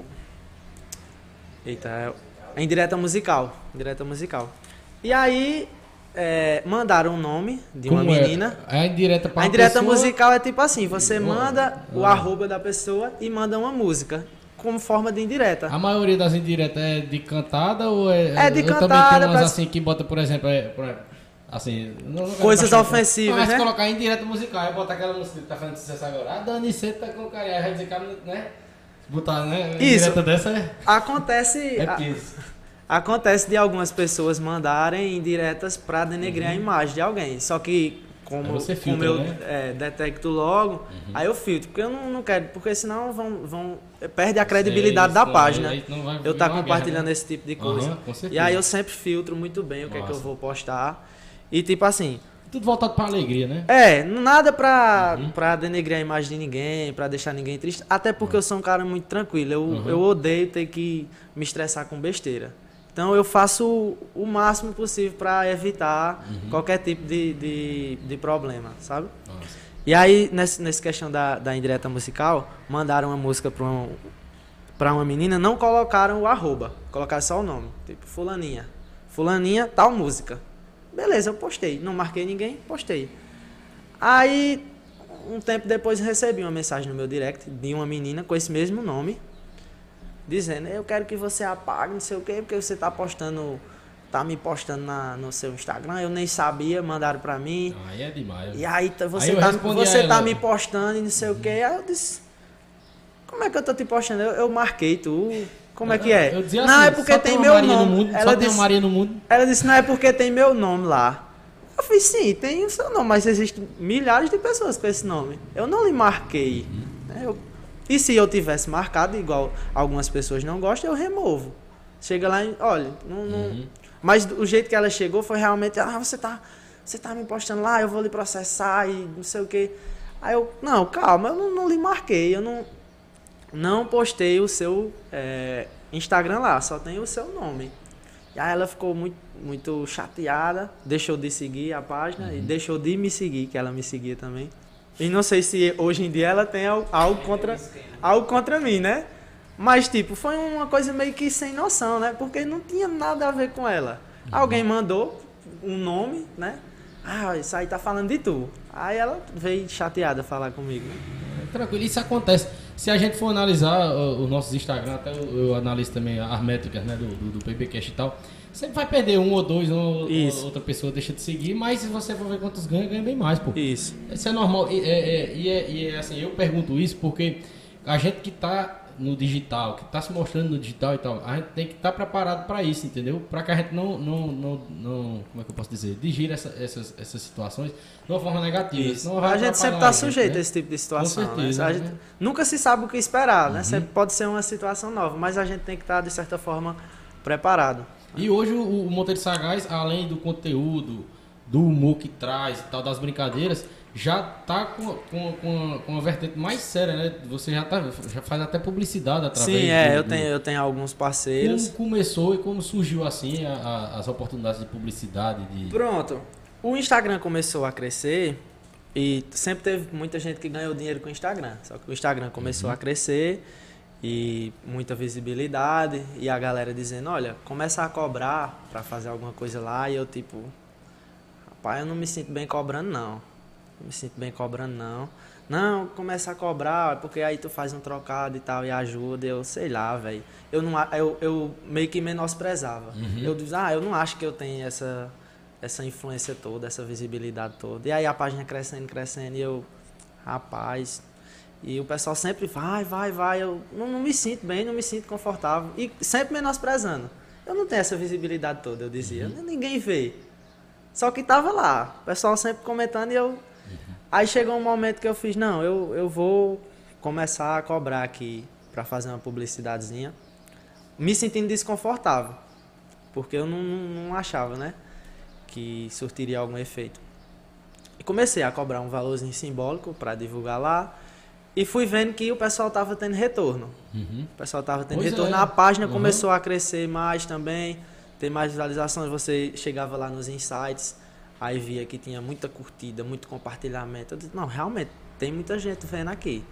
Eita, é a indireta musical. Indireta musical. E aí, é, mandaram o nome de uma Como é? menina. É a indireta para A indireta pessoa... musical é tipo assim, você Oh, manda o ah. arroba da pessoa e manda uma música, como forma de indireta. A maioria das indiretas é de cantada ou é... É de eu também cantada, tenho umas parece- assim que bota, por exemplo, é, por- assim... Não, não quero Coisas baixar- ofensivas, Mas né? se colocar indireta musical, aí bota aquela música que tá fazendo sucesso agora. Ah, Dani Cedo tá com carinha, aí vai dizer que, né? Botar, né? Isso. Indireta dessa é... Acontece, É a- piso. acontece de algumas pessoas mandarem indiretas para denegrir a imagem de alguém. Só que Aí como, você como filtra, eu né? é, detecto logo, aí eu filtro, porque eu não, não quero, porque senão vão, vão perde a credibilidade Sei, da senão página. aí não vai Eu virar tá uma compartilhando guerra, né? esse tipo de coisa. Aham, com certeza. E aí eu sempre filtro muito bem o que é que eu Massa. vou postar. E tipo assim, Tudo voltado pra alegria, né? é, nada pra, Uhum. pra denegrir a imagem de ninguém, pra deixar ninguém triste. Até porque eu sou um cara muito tranquilo. Eu, Uhum. eu odeio ter que me estressar com besteira. Então eu faço o, o máximo possível pra evitar Uhum. qualquer tipo de, de, de problema, sabe? Nossa. E aí, nessa nesse questão da, da indireta musical, mandaram uma música pra, um, pra uma menina, não colocaram o arroba, colocaram só o nome. Tipo, fulaninha. Fulaninha, tal música. Beleza, eu postei. Não marquei ninguém, postei. Aí, um tempo depois, recebi uma mensagem no meu direct de uma menina com esse mesmo nome, dizendo, eu quero que você apague, não sei o quê, porque você tá postando, tá me postando na, no seu Instagram, eu nem sabia, mandaram pra mim. Aí é demais. E aí tá- você, Aí eu tá, respondi a você ela. tá me postando e não sei o que. Aí eu disse, como é que eu tô te postando? Eu, eu marquei tu. Como é que é? Eu dizia não, assim, é porque só tem uma meu Maria nome. No mundo, ela, só tem disse, uma Maria no mundo. ela disse, não é porque tem meu nome lá. Eu fiz, sim, tem o seu nome, mas existem milhares de pessoas com esse nome. Eu não lhe marquei. né? Eu- e se eu tivesse marcado, igual algumas pessoas não gostam, eu removo. Chega lá e, olha, não, não- Uhum. mas o jeito que ela chegou foi realmente, ah, você tá, você tá me postando lá, eu vou lhe processar e não sei o quê. Aí eu, não, calma, eu não, não lhe marquei, eu não, não postei o seu é, Instagram lá, só tem o seu nome. E aí ela ficou muito, muito chateada, deixou de seguir a página e deixou de me seguir, que ela me seguia também. E não sei se hoje em dia ela tem al- algo contra, algo contra mim, né? Mas, tipo, foi uma coisa meio que sem noção, né? Porque não tinha nada a ver com ela. Alguém mandou um nome, né? Ah, isso aí tá falando de tu. Aí ela veio chateada falar comigo. Tranquilo, isso acontece. Se a gente for analisar uh, os nossos Instagram, até eu, eu analiso também as métricas, né, do, do, do PBcast e tal, sempre vai perder um ou dois, ou, Isso. ou outra pessoa deixa de seguir, mas se você for ver quantos ganha, ganha bem mais, pô. Isso. Isso é normal. E é, é, e é, e é assim, eu pergunto isso porque a gente que tá no digital, que tá se mostrando no digital e tal, a gente tem que estar preparado para isso, entendeu? Para que a gente não, não, não, não, como é que eu posso dizer, digira essa, essas, essas situações de uma forma negativa. Isso. senão vai A gente sempre atrapalhar está a gente, sujeito né? a esse tipo de situação. Com certeza, né? A gente né? nunca se sabe o que esperar, né? Sempre pode ser uma situação nova, mas a gente tem que estar, de certa forma, preparado. E hoje o, o Monteiro Sagaz, além do conteúdo, do humor que traz e tal, das brincadeiras, já tá com, com, com, com uma vertente mais séria, né? Você já, tá, já faz até publicidade através Sim, é, do- eu do- tenho, eu tenho alguns parceiros. Como começou e como surgiu assim a- a- as oportunidades de publicidade? De... Pronto. O Instagram começou a crescer e sempre teve muita gente que ganhou dinheiro com o Instagram. Só que o Instagram começou a crescer e muita visibilidade e a galera dizendo, olha, começa a cobrar pra fazer alguma coisa lá e eu tipo, rapaz, eu não me sinto bem cobrando não. Não me sinto bem cobrando não. Não, começa a cobrar, porque aí tu faz um trocado e tal e ajuda, eu sei lá, velho. Eu não a- eu, eu meio que menosprezava. Eu dizia, ah, eu não acho que eu tenho essa essa influência toda, essa visibilidade toda. E aí a página crescendo, crescendo, e eu, rapaz... E o pessoal sempre vai, vai, vai. Eu não, não me sinto bem, não me sinto confortável. E sempre menosprezando. Eu não tenho essa visibilidade toda, eu dizia. Uhum. Ninguém vê. Só que tava lá. O pessoal sempre comentando e eu... Uhum. Aí chegou um momento que eu fiz, não, eu, eu vou começar a cobrar aqui para fazer uma publicidadezinha. Me sentindo desconfortável. Porque eu não, não, não achava, né? Que surtiria algum efeito. E comecei a cobrar um valorzinho simbólico para divulgar lá. E fui vendo que o pessoal estava tendo retorno. Uhum. O pessoal estava tendo pois retorno. É. A página uhum. começou a crescer mais também. Ter mais visualizações. Você chegava lá nos insights. Aí via que tinha muita curtida, muito compartilhamento. Eu disse, não, realmente, tem muita gente vendo aqui.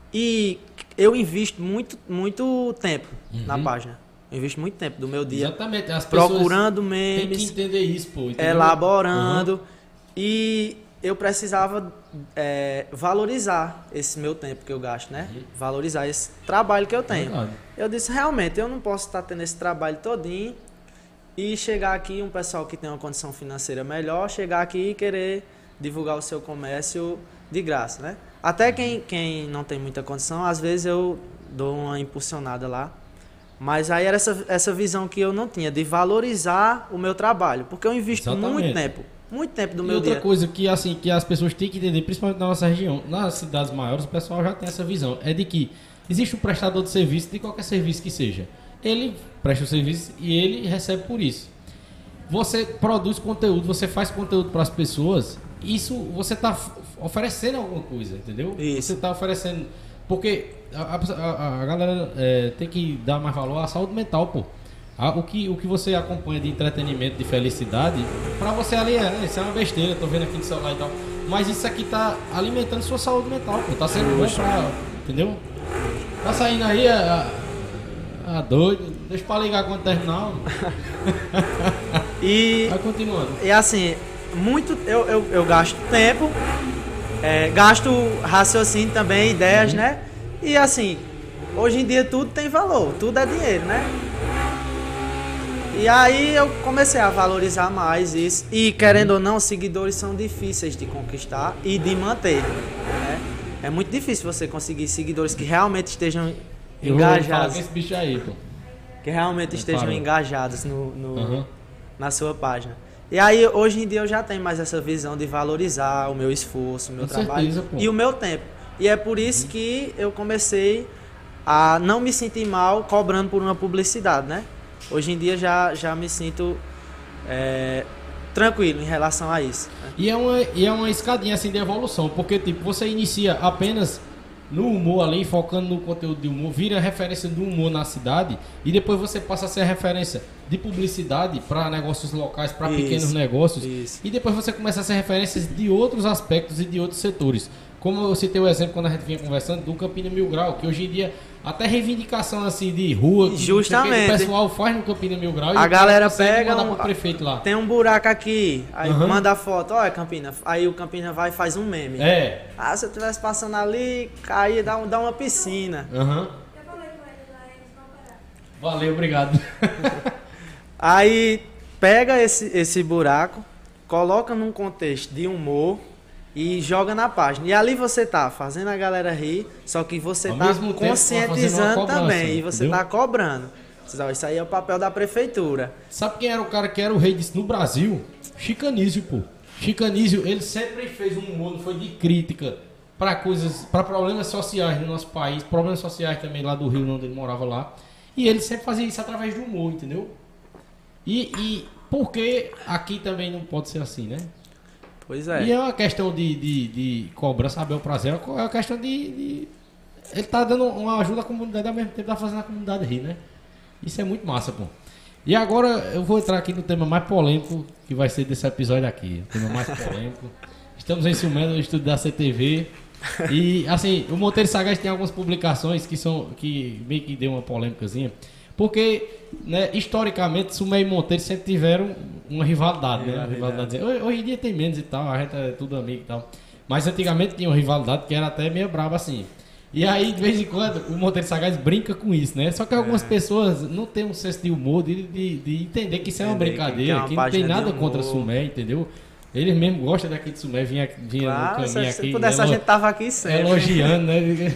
E eu invisto muito, muito tempo uhum. na página. Eu invisto muito tempo do meu dia. Exatamente. As procurando memes. Tem que entender isso, pô. Entendeu? Elaborando. Uhum. E... eu precisava é, valorizar esse meu tempo que eu gasto, né? Uhum. Valorizar esse trabalho que eu tenho. Verdade. Eu disse, realmente, eu não posso estar tendo esse trabalho todinho e chegar aqui, um pessoal que tem uma condição financeira melhor, chegar aqui e querer divulgar o seu comércio de graça, né? Até quem, quem não tem muita condição, às vezes eu dou uma impulsionada lá. Mas aí era essa, essa visão que eu não tinha, de valorizar o meu trabalho. Porque eu invisto Exatamente. muito tempo. Muito tempo do e meu outra dia. Outra coisa que, assim, que as pessoas têm que entender, principalmente na nossa região, nas cidades maiores, o pessoal já tem essa visão. É de que existe um prestador de serviço, de qualquer serviço que seja. Ele presta o serviço e ele recebe por isso. Você produz conteúdo, você faz conteúdo para as pessoas, isso você está oferecendo alguma coisa, entendeu? Isso. Você está oferecendo... Porque a, a, a galera é, tem que dar mais valor à saúde mental, pô. O que, o que você acompanha de entretenimento, de felicidade, pra você ali é, né? Isso é uma besteira, tô vendo aqui no celular e tal. Mas isso aqui tá alimentando sua saúde mental, pô. Tá sendo bom pra. Entendeu? Tá saindo aí a. a doido. Deixa pra ligar quando terminar. E. Vai continuando. E assim, muito. Eu, eu, eu gasto tempo, é, gasto raciocínio também, ideias, uhum. né? E assim, hoje em dia tudo tem valor, tudo é dinheiro, né? E aí eu comecei a valorizar mais isso. E querendo ou não, seguidores são difíceis de conquistar e de manter, né? É muito difícil você conseguir seguidores que realmente estejam eu engajados. Esse bicho aí, pô. Que realmente eu estejam paro. engajados no, no, uhum. na sua página. E aí hoje em dia eu já tenho mais essa visão de valorizar o meu esforço, o meu Com trabalho certeza, e o meu tempo. E é por isso uhum. que eu comecei a não me sentir mal cobrando por uma publicidade, né? Hoje em dia já, já me sinto é, tranquilo em relação a isso. Né? E, é uma, e é uma escadinha assim de evolução, porque tipo, você inicia apenas no humor ali, focando no conteúdo de humor, vira referência do humor na cidade e depois você passa a ser referência de publicidade para negócios locais, para pequenos negócios isso. E depois você começa a ser referência de outros aspectos e de outros setores. Como eu citei o exemplo quando a gente vinha conversando do Campina Mil Grau, que hoje em dia até reivindicação assim de rua, justamente o pessoal faz no Campina Mil Grau a e galera pega um, pro prefeito lá. Tem um buraco aqui, aí uhum. manda a foto, olha Campina, aí o Campina vai e faz um meme. É. Ah, se eu estivesse passando ali, cair, dá, um, dá uma piscina. Uhum. Valeu, obrigado. Aí pega esse, esse buraco, coloca num contexto de humor e joga na página. E ali você tá fazendo a galera rir, só que você Ao tá conscientizando tá também. E você entendeu? Tá cobrando. Isso aí é o papel da prefeitura. Sabe quem era o cara que era o rei disso no Brasil? Chicanísio, pô. Chicanísio, ele sempre fez um humor, não foi de crítica para coisas, para problemas sociais no nosso país, problemas sociais também lá do Rio, onde ele morava lá. E ele sempre fazia isso através do humor, entendeu? E, e porque aqui também não pode ser assim, né? Pois é. E é uma questão de, de, de cobrança, saber o prazer, é uma questão de, de... Ele tá dando uma ajuda à comunidade, ao mesmo tempo tá fazendo a comunidade rir, né? Isso é muito massa, pô. E agora eu vou entrar aqui no tema mais polêmico que vai ser desse episódio aqui. O tema mais polêmico. Estamos em Ciumento, no estúdio da C T V. E, assim, o Monteiro Sagaz tem algumas publicações que são que meio que deu uma polêmicazinha. Porque, né, historicamente, Sumé e Monteiro sempre tiveram uma rivalidade, é, né? Uma rivalidade. Hoje, hoje em dia tem menos e tal, a gente é tudo amigo e tal. Mas antigamente tinha uma rivalidade que era até meio braba assim. E aí, de vez em quando, o Monteiro Sagaz brinca com isso, né? Só que algumas é. pessoas não têm um senso de humor, de, de, de entender que isso é uma entender brincadeira, que, que, é uma que não tem nada contra Sumé, entendeu? Eles mesmo gostam daqui de Sumé, vinha, vinha claro, no caminho se aqui. Se pudesse, elo... a gente tava aqui sempre. Elogiando, né?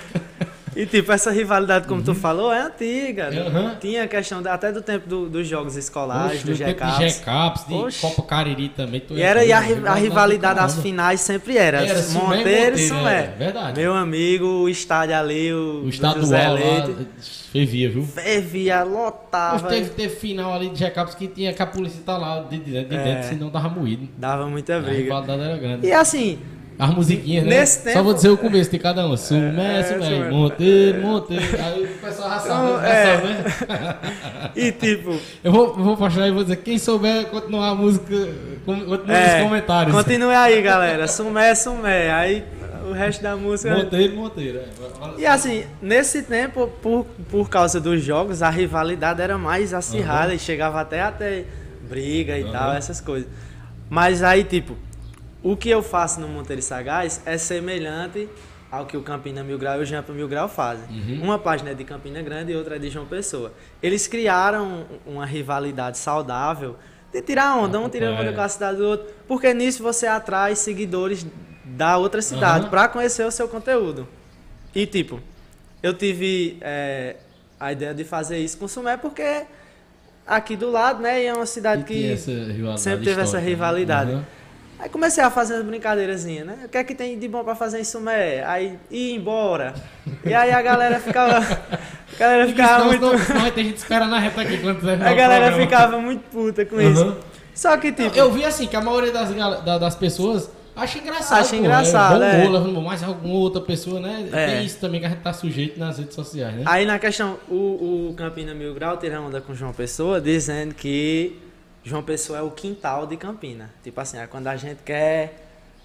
E tipo, essa rivalidade, como uhum. tu falou, é antiga. Uhum. Tinha a questão de, até do tempo do, dos jogos escolares, Oxe, do G CAPS. De G CAPS, de Oxe. Copa Cariri também. E, era, e a, a rivalidade das finais sempre era. era Monteiro e Sumé. É, verdade. Meu amigo, o estádio ali, o, o estádio José lá, Leite. Fervia, viu? Fervia, lotava. Teve, teve final ali de G CAPS que tinha que a polícia tá lá de, de, de é. dentro, senão dava moído. Dava muita briga. A rivalidade era grande. E assim... As musiquinhas, né? Nesse tempo... Só vou dizer o começo de cada uma. Sumé, é, Sumé, Monteiro, Monteiro. Aí o pessoal já sabe, então, é. sabe, né? E tipo... Eu vou, eu vou postar e vou dizer, quem souber continuar a música, continua é, nos comentários. Continue aí, galera. Sumé, Sumé. Aí o resto da música... Monteiro, Monteiro. É. E assim, nesse tempo, por, por causa dos jogos, a rivalidade era mais acirrada uhum. e chegava até até briga e uhum. tal, essas coisas. Mas aí, tipo... O que eu faço no Monteiro Sagaz é semelhante ao que o Campina Mil Grau e o Jampa Mil Grau fazem. Uhum. Uma página é de Campina Grande e outra é de João Pessoa. Eles criaram uma rivalidade saudável de tirar onda, um tirando onda com a cidade do outro, porque nisso você atrai seguidores da outra cidade uhum. para conhecer o seu conteúdo. E tipo, eu tive é, a ideia de fazer isso com o Sumé porque aqui do lado, né, e é uma cidade e que sempre teve essa rivalidade. Uhum. Aí comecei a fazer umas brincadeirazinhas, né? O que é que tem de bom pra fazer em Sumé? Aí ir embora. E aí a galera ficava. A galera ficava muito. Não, não, tem gente esperando na reta aqui quando você A galera programa. ficava muito puta com uhum. isso. Só que tipo. Eu, eu vi assim que a maioria das, das pessoas acha engraçado. Acha engraçado. É, é. Bom, mas alguma outra pessoa, né? É. Tem isso também que a gente tá sujeito nas redes sociais, né? Aí na questão, o, o Campina Mil Grau tira onda com João Pessoa dizendo que João Pessoa é o quintal de Campina. Tipo assim, é quando a gente quer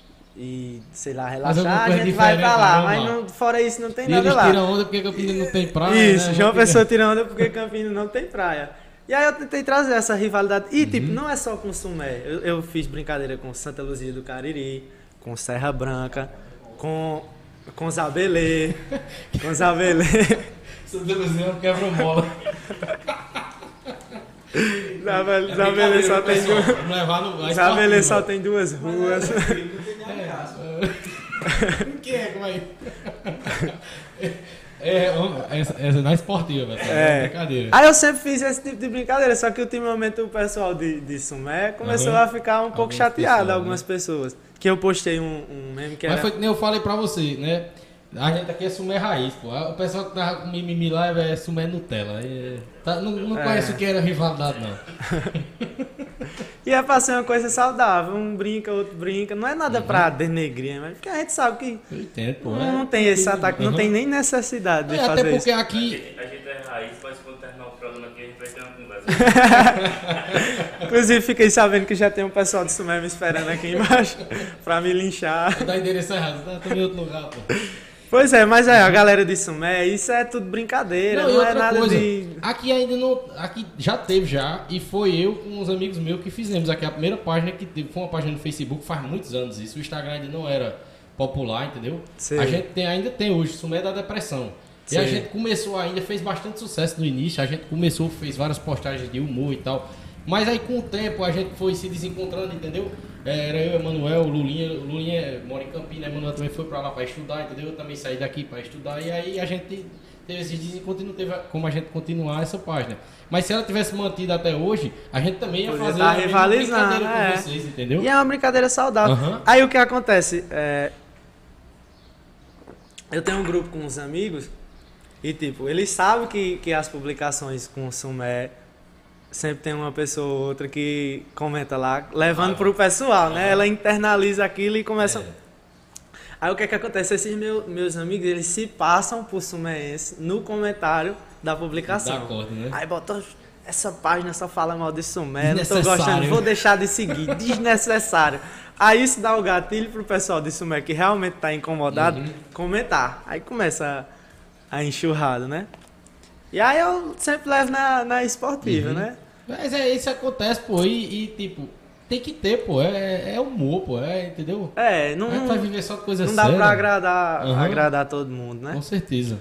e, sei lá, relaxar, a gente vai pra lá. Mas não, fora isso não tem e nada eles lá. Eles tiram onda porque Campina não tem praia. Isso, né? João Pessoa tira onda porque Campina não tem praia. E aí eu tentei trazer essa rivalidade. E uhum. tipo, não é só com Sumé. Eu, eu fiz brincadeira com Santa Luzia do Cariri, com Serra Branca, com, com Zabelê. com Zabelê. Santa Luzia é um quebra-mola. Zabelê, Zabelê só tem duas. Zabelê só tem duas ruas. O que é? Como é? É, essa, essa na esportiva, velho. É. Brincadeira. Aí eu sempre fiz esse tipo de brincadeira, só que ultimamente o pessoal de, de Sumé começou uhum. a ficar um pouco algumas chateado, pessoas, algumas né? pessoas. Que eu postei um, um meme que era... Mas foi que nem eu falei pra você, né? A gente aqui é Sumé raiz, pô. O pessoal que tava com mimimi lá é Sumé Nutella. É, tá, não não é. conhece o que era rivalidade, não. E é pra ser uma coisa saudável. Um brinca, outro brinca. Não é nada uhum. pra denegrir, mas porque a gente sabe que eu entendo, pô, não, é, não tem esse ataque, uhum. não tem nem necessidade de é, fazer até porque isso. Aqui... A gente é raiz, mas quando terminar o programa aqui a gente vai ter uma conversa. Inclusive, fiquei sabendo que já tem um pessoal de Sumé me esperando aqui embaixo pra me linchar. Dá endereço errado, tá? Tô em outro lugar, pô. Pois é, mas é, a galera de Sumé, isso é tudo brincadeira, não, não é nada coisa, de... Aqui ainda não... Aqui já teve já, e foi eu com uns amigos meus que fizemos aqui a primeira página que teve, foi uma página no Facebook, faz muitos anos isso, o Instagram ainda não era popular, entendeu? Sim. A gente tem, ainda tem hoje, Sumé da Depressão. Sim. E a gente começou ainda, fez bastante sucesso no início, a gente começou, fez várias postagens de humor e tal, mas aí com o tempo a gente foi se desencontrando, entendeu? Era eu, Emanuel, o Lulinha, o Lulinha mora em Campinas, o Emanuel também foi pra lá pra estudar, entendeu? Eu também saí daqui pra estudar, e aí a gente teve esses desencontros e não teve como a gente continuar essa página. Mas se ela tivesse mantido até hoje, a gente também ia fazer tá uma brincadeira é. com vocês, entendeu? E é uma brincadeira saudável. Uhum. Aí o que acontece? É... Eu tenho um grupo com uns amigos, e tipo, eles sabem que, que as publicações com o Sumé sempre tem uma pessoa ou outra que comenta lá, levando ah, pro pessoal, né? Ah, Ela internaliza aquilo e começa... É. Aí o que é que acontece? Esses meus, meus amigos, eles se passam por suméense no comentário da publicação. Da acordo, né? Aí botam, essa página só fala mal de Sumé, não tô gostando, vou deixar de seguir, desnecessário. Aí isso dá o gatilho pro pessoal de Sumé que realmente tá incomodado, uhum. comentar. Aí começa a, a enxurrada, né? E aí eu sempre levo na, na esportiva, uhum. né? Mas é isso que acontece, pô, e, e tipo, tem que ter, pô. É, é humor, pô. É, entendeu? É, não, A gente vai viver só de coisa não séria. dá pra agradar, Uhum. agradar todo mundo, né? Com certeza.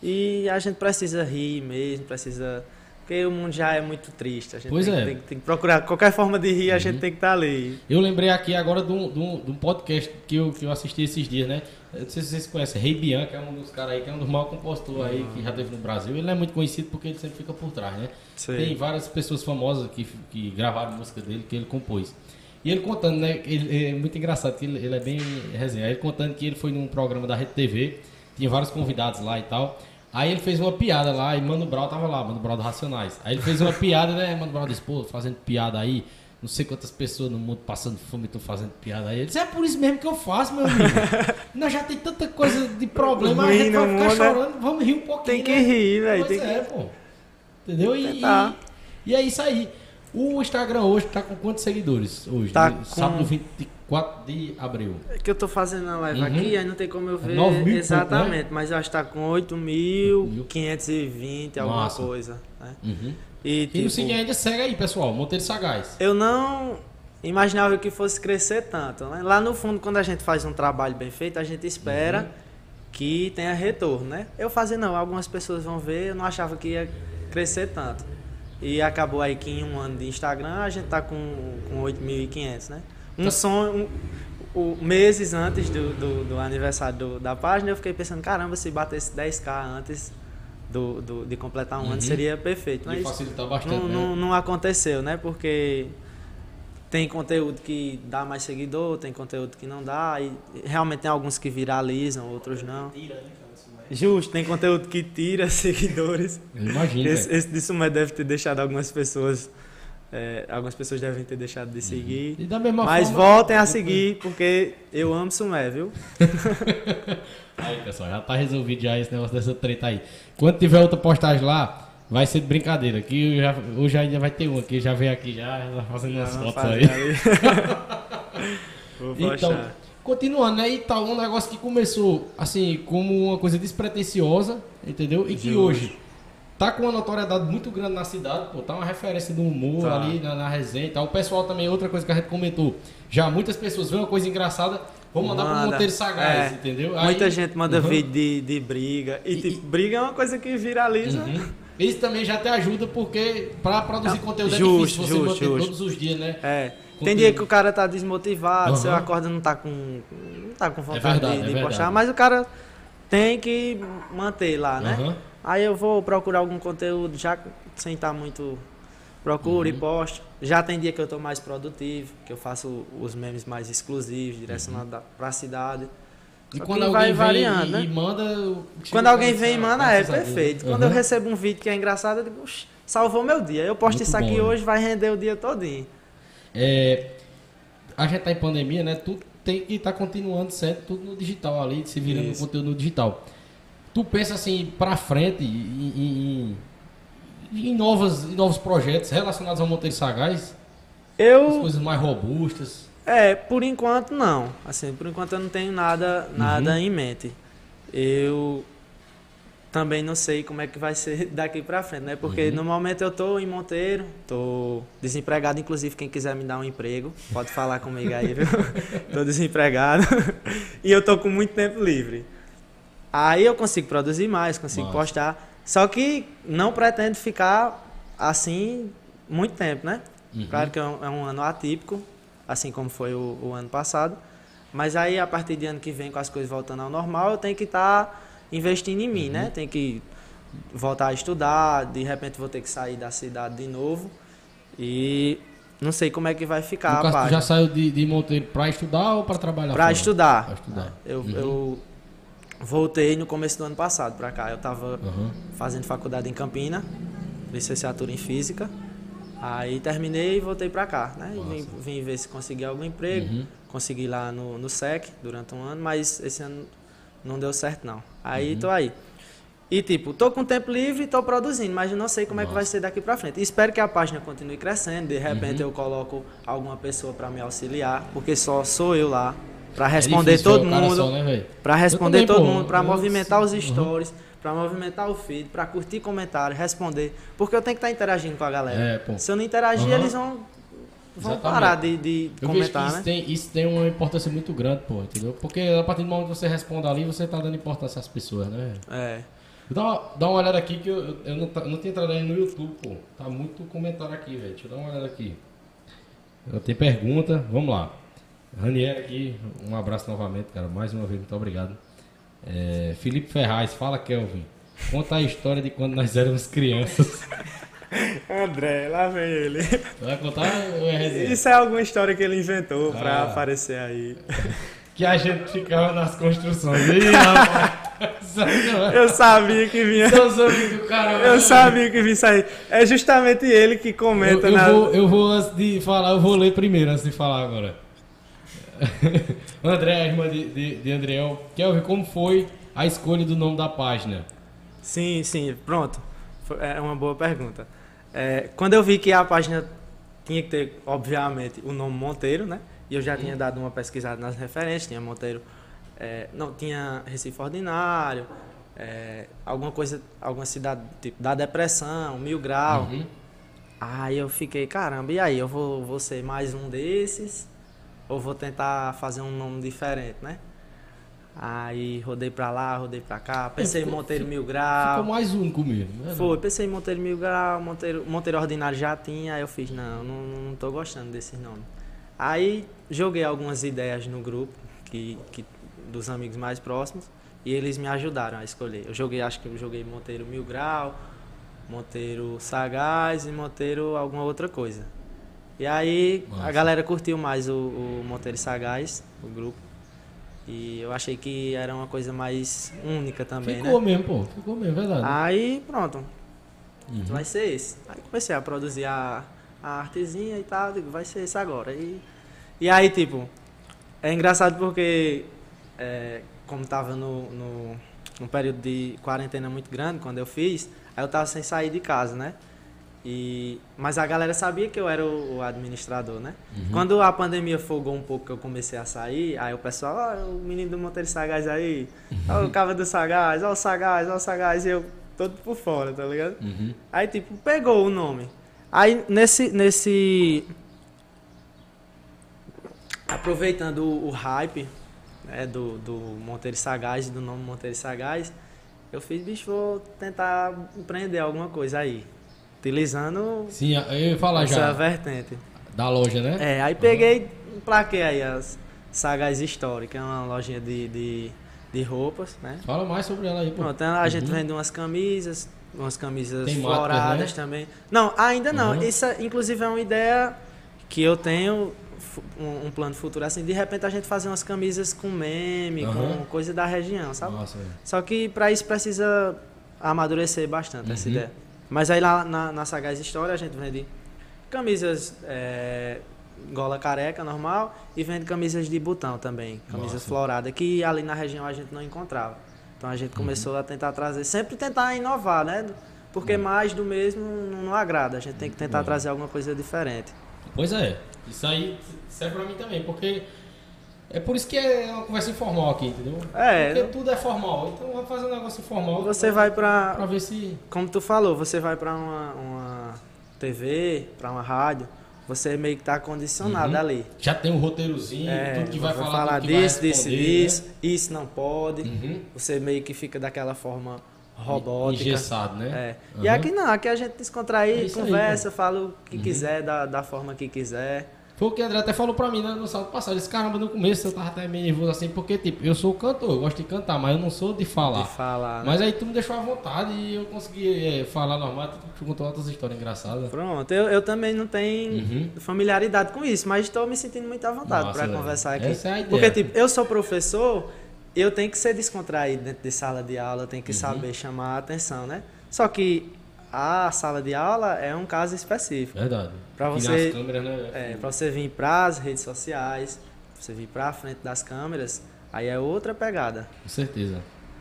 E a gente precisa rir mesmo, precisa... Porque o mundo já é muito triste. A gente Pois tem, é. tem, tem que procurar qualquer forma de rir, a gente tem que estar ali. Eu lembrei aqui agora de um, de um, de um podcast que eu, que eu assisti esses dias, né? Eu não sei se vocês conhecem, Rei Bianca, é um dos caras aí, que é um dos maiores compositores aí que já teve no Brasil. Ele não é muito conhecido porque ele sempre fica por trás, né? Sei. Tem várias pessoas famosas que, que gravaram música dele, que ele compôs. E ele contando, né? Ele, é muito engraçado, que ele, ele é bem resenha. Ele contando que ele foi num programa da Rede T V, tinha vários convidados lá e tal. Aí ele fez uma piada lá e Mano Brown tava lá, Mano Brown do Racionais. Aí ele fez uma piada, né? Mano Brown disse, pô, fazendo piada aí. Não sei quantas pessoas no mundo passando fome estão fazendo piada aí. Ele disse, é por isso mesmo que eu faço, meu amigo. Nós já tem tanta coisa de problema, a gente vai ficar chorando, vamos rir um pouquinho. Tem que né? rir, velho. Pois Tem é, que... pô. Entendeu? E, Tentar. e, e é isso aí. O Instagram hoje tá com quantos seguidores? Hoje? Tá De- com- Sábado vinte e quatro de abril. É que eu tô fazendo a live Uhum. aqui, aí não tem como eu ver nove mil e exatamente, pouco, né? mas eu acho que tá com oito mil quinhentos e vinte, alguma Massa. coisa. Né? Uhum. E, Quem não tipo, segue ainda, segue aí, pessoal. Monteiro Sagaz. eu não imaginava que fosse crescer tanto. Né? Lá no fundo, quando a gente faz um trabalho bem feito, a gente espera Uhum. que tenha retorno, né? Eu fazia, não, algumas pessoas vão ver, eu não achava que ia crescer tanto. E acabou aí que em um ano de Instagram a gente tá com, com oito mil e quinhentos, né? Um Tá. sonho, um, o, meses antes do, do, do aniversário do- da página, eu fiquei pensando, caramba, se batesse dez k antes do, do- de completar um Uhum. ano, seria perfeito. Ia Mas facilitar bastante, não, né? não, não aconteceu, né? Porque tem conteúdo que dá mais seguidor, tem conteúdo que não dá, e realmente tem alguns que viralizam, outros não. Justo, tem conteúdo que tira seguidores. Eu imagino, Esse, velho. esse disso mas deve ter deixado algumas pessoas. é, algumas pessoas devem ter deixado de seguir. E da mesma Mas forma, voltem a depois- seguir, porque eu amo Sumé, viu? Aí, pessoal, já tá resolvido já esse negócio dessa treta aí. Quando tiver outra postagem lá, vai ser de brincadeira. Que eu já, hoje ainda vai ter uma que já veio aqui já, já fazendo as Vamos fotos fazer aí. ali. Vou Então, postar. continuando, né? E tal, um negócio que começou, assim, como uma coisa despretensiosa, entendeu? E que Justo. hoje tá com uma notoriedade muito grande na cidade, pô, tá uma referência do humor Tá. ali na, na resenha e tal. O pessoal também, outra coisa que a gente comentou, já muitas pessoas veem uma coisa engraçada, vão mandar pro Manda. Monteiro Sagaz, É. entendeu? Muita Aí- gente manda Uhum. vídeo de, de briga. E, E- tipo, briga é uma coisa que viraliza. Uhum. Isso também já te ajuda, porque pra produzir Ah, conteúdo é justo, difícil você justo, manter justo. todos os dias, né? É. Tem Conteúdo. dia que o cara tá desmotivado, Uhum. você acorda e não tá com. Não tá com vontade verdade, de, é de verdade. postar, mas o cara tem que manter lá, né? Uhum. Aí eu vou procurar algum conteúdo, já sem estar muito. Procuro Uhum. e posto. Já tem dia que eu tô mais produtivo, que eu faço os memes mais exclusivos, direcionados da pra cidade. E Só quando que alguém vai vem variando, e, né? e manda... Quando alguém vem e manda, é graças a Deus. perfeito. Quando Uhum. eu recebo um vídeo que é engraçado, eu digo, "Oxe, salvou meu dia. Eu posto Muito isso aqui bom, né? hoje, vai render o dia todinho." É, a gente tá em pandemia, né? Tudo tem que estar continuando sendo tudo no digital ali, se virando Isso. conteúdo no digital. Tu pensa assim, pra frente, em, em, em novas, em novos projetos relacionados ao Monteiro Sagaz? As Eu, coisas mais robustas? é, por enquanto não. Assim, por enquanto eu não tenho nada, nada Uhum. em mente. Eu também não sei como é que vai ser daqui pra frente, né? Porque Uhum. no momento eu tô em Monteiro, tô desempregado, inclusive quem quiser me dar um emprego, pode falar comigo aí, viu? Tô desempregado. E eu tô com muito tempo livre. Aí eu consigo produzir mais, consigo Massa. postar. Só que não pretendo ficar assim muito tempo, né? Uhum. Claro que é um, é um ano atípico, assim como foi o, o ano passado. Mas aí, a partir de ano que vem, com as coisas voltando ao normal, eu tenho que estar investindo em mim, Uhum. né? Tenho que voltar a estudar, de repente vou ter que sair da cidade de novo. E não sei como é que vai ficar No a caso, tu página. já saiu de, de Monteiro pra estudar ou pra trabalhar Pra fora? estudar. Pra estudar. Eu, Uhum. eu voltei no começo do ano passado pra cá. Eu tava Uhum. fazendo faculdade em Campina, licenciatura em Física. Aí terminei e voltei pra cá, né? E vim, vim ver se consegui algum emprego. Uhum. Consegui lá no, no S E C durante um ano, mas esse ano não deu certo não. Aí Uhum. tô aí. E tipo, tô com tempo livre e tô produzindo, mas eu não sei como é que vai ser daqui pra frente. Espero que a página continue crescendo, de repente Uhum. eu coloco alguma pessoa pra me auxiliar, porque só sou eu lá pra responder É difícil, todo é o cara mundo. só, né, velho? Pra responder também, todo pô. mundo, pra Eu- movimentar os Uhum. stories, pra movimentar o feed, pra curtir comentário, responder. Porque eu tenho que estar interagindo com a galera. É, pô. Se eu não interagir, Uhum. eles vão vão Exatamente. parar de, de Eu comentar, vejo que isso, né? tem, isso tem uma importância muito grande, pô, entendeu? Porque a partir do momento que você responde ali, você tá dando importância às pessoas, né? É. Dá uma, dá uma olhada aqui que eu, eu não, tá- eu não tinha entrado ainda no YouTube, pô. Tá muito comentário aqui, velho. Deixa eu dar uma olhada aqui. Tem pergunta, vamos lá. Ranieri aqui, um abraço novamente, cara. Mais uma vez, muito obrigado. É, Felipe Ferraz, fala, Kelvin. Conta a história de quando nós éramos crianças. André, lá vem ele. Vai contar ou é resenha? Isso é alguma história que ele inventou pra Ah. aparecer aí. Que a gente ficava nas construções. Ih, rapaz. Eu sabia que vinha. Seus amigos do cara. Eu sabia que vinha isso aí. É justamente ele que Eu, comenta eu na. vou, eu vou, antes de falar, eu vou ler primeiro, antes de falar agora. André, a irmã de, de, de Andriel. Kelvin, como foi a escolha do nome da página? Sim, sim, pronto. Foi- É uma boa pergunta. É, quando eu vi que a página tinha que ter, obviamente, o nome Monteiro, né? E eu já tinha dado uma pesquisada nas referências, tinha Monteiro, é, não tinha Recife Ordinário, é, alguma coisa, alguma cidade tipo da Depressão, Mil Grau. Uhum. Aí eu fiquei, caramba, e aí, eu vou, vou ser mais um desses ou vou tentar fazer um nome diferente, né? Aí rodei pra lá, rodei pra cá, pensei Ficou- em Monteiro fi- Mil Grau. Ficou mais único mesmo. né? Foi, pensei em Monteiro Mil Grau, Monteiro, Monteiro Ordinário já tinha, aí eu fiz, não, não, não tô gostando desses nomes. Aí joguei algumas ideias no grupo, que, que, dos amigos mais próximos, e eles me ajudaram a escolher. Eu joguei, acho que eu joguei Monteiro Mil Grau, Monteiro Sagaz e Monteiro alguma outra coisa. E aí Massa. a galera curtiu mais o, o Monteiro Sagaz, o grupo, e eu achei que era uma coisa mais única também, Ficou né? mesmo, pô. Ficou mesmo, verdade. Aí pronto, Uhum. vai ser esse. Aí comecei a produzir a, a artezinha e tal, digo, vai ser esse agora. E, e aí, tipo, é engraçado porque, é, como tava no, no, num período de quarentena muito grande, quando eu fiz, aí eu tava sem sair de casa, né? E, mas a galera sabia que eu era o, o administrador, né? Quando a pandemia folgou um pouco, que eu comecei a sair, aí o pessoal, ó, o menino do Monteiro Sagaz aí, ó o cava do Sagaz, ó o Sagaz, ó o Sagaz, e eu todo por fora, tá ligado? Uhum. Aí, tipo, pegou o nome. Aí, nesse... nesse aproveitando o, o hype, né, do, do Monteiro Sagaz, do nome Monteiro Sagaz, eu fiz, bicho, vou tentar empreender alguma coisa aí. Utilizando Sim, eu ia falar essa já vertente. da loja, né? É, aí peguei, emplaquei aí as Sagaz Story, que é uma lojinha de, de, de roupas, né? Fala mais sobre ela aí, pô. Pronto, então a gente vende umas camisas, umas camisas Tem marcas, floradas né? também. Não, ainda não. Uhum. Isso, inclusive, é uma ideia que eu tenho, fu- um, um plano futuro, assim, de repente a gente fazer umas camisas com meme, Uhum. com coisa da região, sabe? Nossa, velho. Só que para isso precisa amadurecer bastante essa Uhum. ideia. Mas aí lá na, na Sagaz História a gente vende camisas é, gola careca normal e vende camisas de botão também, camisas Nossa. floradas, que ali na região a gente não encontrava. Então a gente começou a tentar trazer, sempre tentar inovar, né? Porque mais do mesmo não, não agrada, a gente tem que tentar Uhum. trazer alguma coisa diferente. Pois é, isso aí serve pra mim também, porque é por isso que é uma conversa informal aqui, entendeu? É, Porque não- tudo é formal, então vamos fazer um negócio informal. Você vai pra, Pra ver se... como tu falou, você vai para uma, uma T V, para uma rádio, você meio que tá condicionado Uhum. ali. Já tem um roteirozinho, É, tudo que vai vou falar, tudo que disso, vai disso, responder, disso, né? isso não pode. Uhum. Você meio que fica daquela forma robótica. Engessado, né? É. Uhum. E aqui não, aqui a gente descontrai, É isso aí, conversa, fala o que Uhum. quiser, da, da forma que quiser. Foi o que o André até falou pra mim, né, no sábado passado. Ele disse, caramba, no começo eu tava até meio nervoso assim, porque, tipo, eu sou cantor, eu gosto de cantar, mas eu não sou de falar. De falar, né? Mas aí tu me deixou à vontade e eu consegui é, falar normal, tu contou outras histórias engraçadas. Pronto, eu, eu também não tenho Uhum. familiaridade com isso, mas estou me sentindo muito à vontade Nossa, para velho. conversar aqui. Essa é a ideia. Porque, tipo, eu sou professor, eu tenho que ser descontraído dentro de sala de aula, eu tenho Uhum. que saber chamar a atenção, né? Só que a sala de aula é um caso específico. Verdade. Pra Aqui você- nas câmeras, né? É, para você vir para as redes sociais, você vir para frente das câmeras, aí é outra pegada. Com certeza.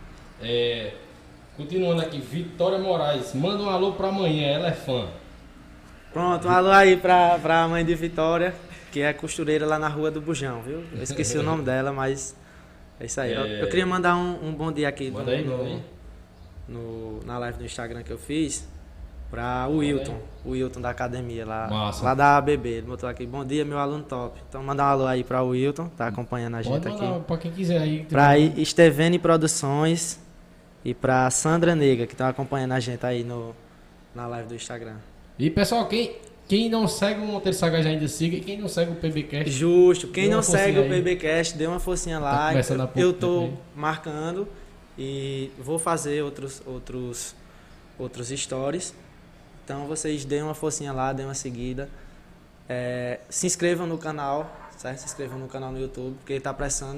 É, continuando aqui, Vitória Moraes, manda um alô pra amanhã, ela é fã. Pronto, um alô aí pra, pra mãe de Vitória, que é costureira lá na Rua do Bujão, viu? Eu esqueci o nome dela, mas é isso aí. Eu, É. eu queria mandar um, um bom dia aqui Manda no, aí, manda no- aí. no- na live do Instagram que eu fiz. Pra o Wilton, o Wilton da academia lá, Massa. lá da A B B. Ele botou aqui, bom dia, meu aluno top. Então mandar um alô aí pra o Wilton, tá acompanhando a gente Pode aqui. mandar pra quem quiser aí. Pra Estevene Produções e pra Sandra Nega, que estão acompanhando a gente aí no, na live do Instagram. E pessoal, quem, quem não segue o Monteiro Sagaz ainda siga, e quem não segue o PBcast, Justo, quem Dê uma não segue forcinha o aí. PBcast, dê uma forcinha Tá lá. começando há eu, pouco eu tempo tô aí. marcando e vou fazer outros, outros, outros stories. Então vocês deem uma forcinha lá, deem uma seguida. É, se inscrevam no canal, certo? Se inscrevam no canal no YouTube, porque ele tá pressando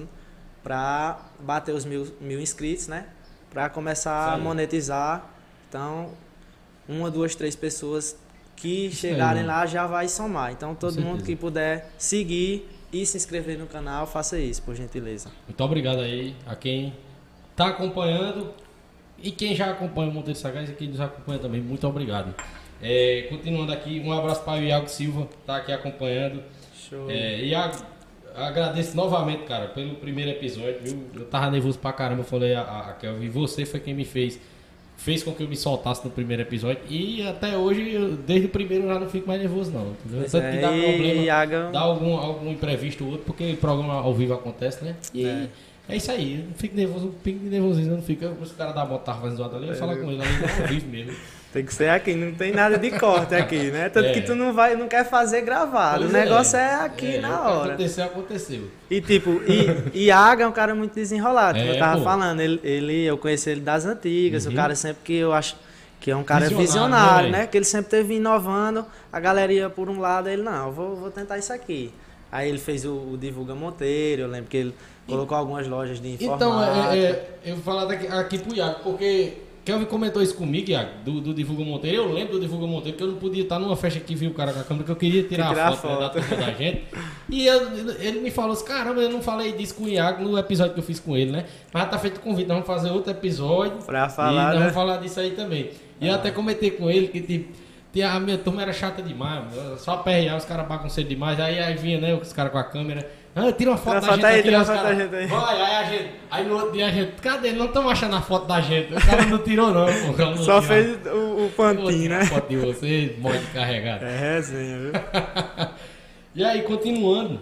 pra bater os mil, mil inscritos, né? Pra começar Isso a aí. monetizar. Então, uma, duas, três pessoas que Isso aí, chegarem mano. lá já vai somar. Então todo Com mundo certeza. que puder seguir e se inscrever no canal, faça isso, por gentileza. muito obrigado aí a quem tá acompanhando e quem já acompanha o Monteiro Sagaz e quem nos acompanha também, muito obrigado. É, continuando aqui, um abraço para o Iago Silva, tá aqui acompanhando. Show. É, Iago, agradeço novamente, cara, pelo primeiro episódio, viu? Eu tava nervoso pra caramba, eu falei a, a, a Kelvin, e você foi quem me fez, fez com que eu me soltasse no primeiro episódio, e até hoje, eu, desde o primeiro eu já não fico mais nervoso não, entendeu? Pois Tanto é, que dá e problema, Iago- dá algum, algum imprevisto ou outro, porque o programa ao vivo acontece, né? E É. é, isso aí, eu não fico nervoso, não fico nervosismo, eu não fico, os caras da moto estavam fazendo zoada ali, eu ia falar com eles ali ao vivo mesmo. Tem que ser aqui, não tem nada de corte aqui, né? Tanto É. que tu não vai, não quer fazer gravado. Pois o negócio é, aqui É, na o que hora. aconteceu, aconteceu. E tipo, e, Iago é um cara muito desenrolado, como É, eu tava pô. falando. Ele, ele, eu conheci ele das antigas, Uhum. o cara sempre que eu acho que é um cara Visionário, visionário, né, né? Que ele sempre teve inovando, a galera ia por um lado, ele, não, eu vou, vou tentar isso aqui. Aí ele fez o, o Divulga Monteiro, eu lembro que ele colocou algumas lojas de informática. Então, é, é, eu vou falar daqui, aqui pro Iago, porque Kelvin comentou isso comigo, Iago, do, do Divulga Monteiro. Eu lembro do Divulga Monteiro, que eu não podia estar numa festa que viu o cara com a câmera, que eu queria tirar, Tirar a foto, a né, da turma da gente. E eu- ele me falou assim, caramba, eu não falei disso com o Iago no episódio que eu fiz com ele, né? Mas já tá feito o convite, nós vamos fazer outro episódio. Pra e falar, nós né? vamos falar disso aí também. E eu até comentei com ele que, tipo, tinha- a minha turma era chata demais, mano. Só perrear, os caras bagunceiros demais. Aí, aí vinha, né, os caras com a câmera. Ah, tira uma foto Tira da a gente foto aí, aqui, tira a os foto da caras, gente aí. vai, aí a gente. Aí no outro dia a gente, cadê? Não estamos achando a foto da gente. O cara não tirou, não, pô. O cara não Só tirou. fez o, o Vou pantinho, tirar né? a foto de vocês, morre de carregado. É resenha, viu? E aí, continuando,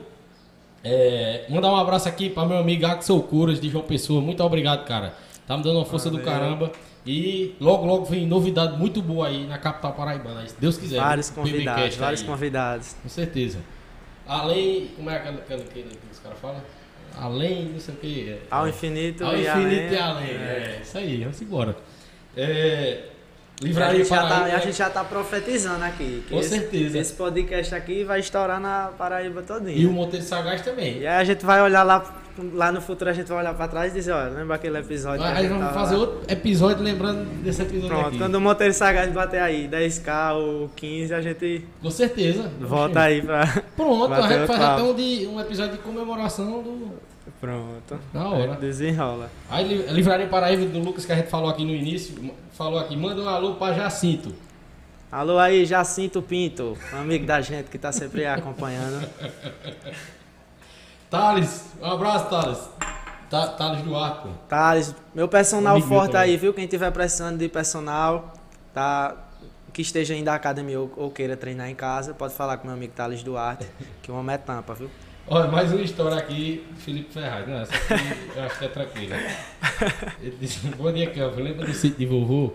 é, mandar um abraço aqui para meu amigo Axel Curas de João Pessoa. Muito obrigado, cara. Tá me dando uma força do Valeu. caramba. E logo, logo vem novidade muito boa aí na capital paraibana. Se Deus quiser. Vários né? convidados, PBcast vários aí. convidados. Com certeza. Além. Como é aquela, aquela que, que os caras falam? Além, não sei o que. É, Ao é, infinito Ao e infinito além. e além. É, isso aí, vamos embora. É, A livraria gente, já tá, Paraíba. a gente já tá profetizando aqui. que Com esse, certeza. Esse podcast aqui vai estourar na Paraíba todinha. E o Monteiro Sagaz também. E aí a gente vai olhar lá, lá no futuro, a gente vai olhar pra trás e dizer, olha, lembra aquele episódio que a Aí gente vamos tava fazer lá? outro episódio lembrando desse episódio Pronto, aqui. quando o Monteiro Sagaz bater aí dez k ou quinze, a gente Com certeza. volta aí pra... Pronto, a bater gente o faz papo. até um, de, um episódio de comemoração do. Pronto. Da hora. Desenrola. Aí, li- Livraria Paraíba do Lucas que a gente falou aqui no início, falou aqui, manda um alô pra Jacinto. Alô aí, Jacinto Pinto, um amigo da gente que tá sempre acompanhando. Thales, um abraço, Thales. Ta- Thales Duarte, pô. Thales, meu personal Amiguinho forte também. aí, viu? Quem tiver precisando de personal, tá, que esteja indo à academia ou, ou queira treinar em casa, pode falar com meu amigo Thales Duarte, que o homem é tampa, viu? Olha, mais uma história aqui, Felipe Ferraz. Não, essa aqui eu acho que é tranquila. Ele disse, bom dia, Kelvin, lembra do sítio de vovô?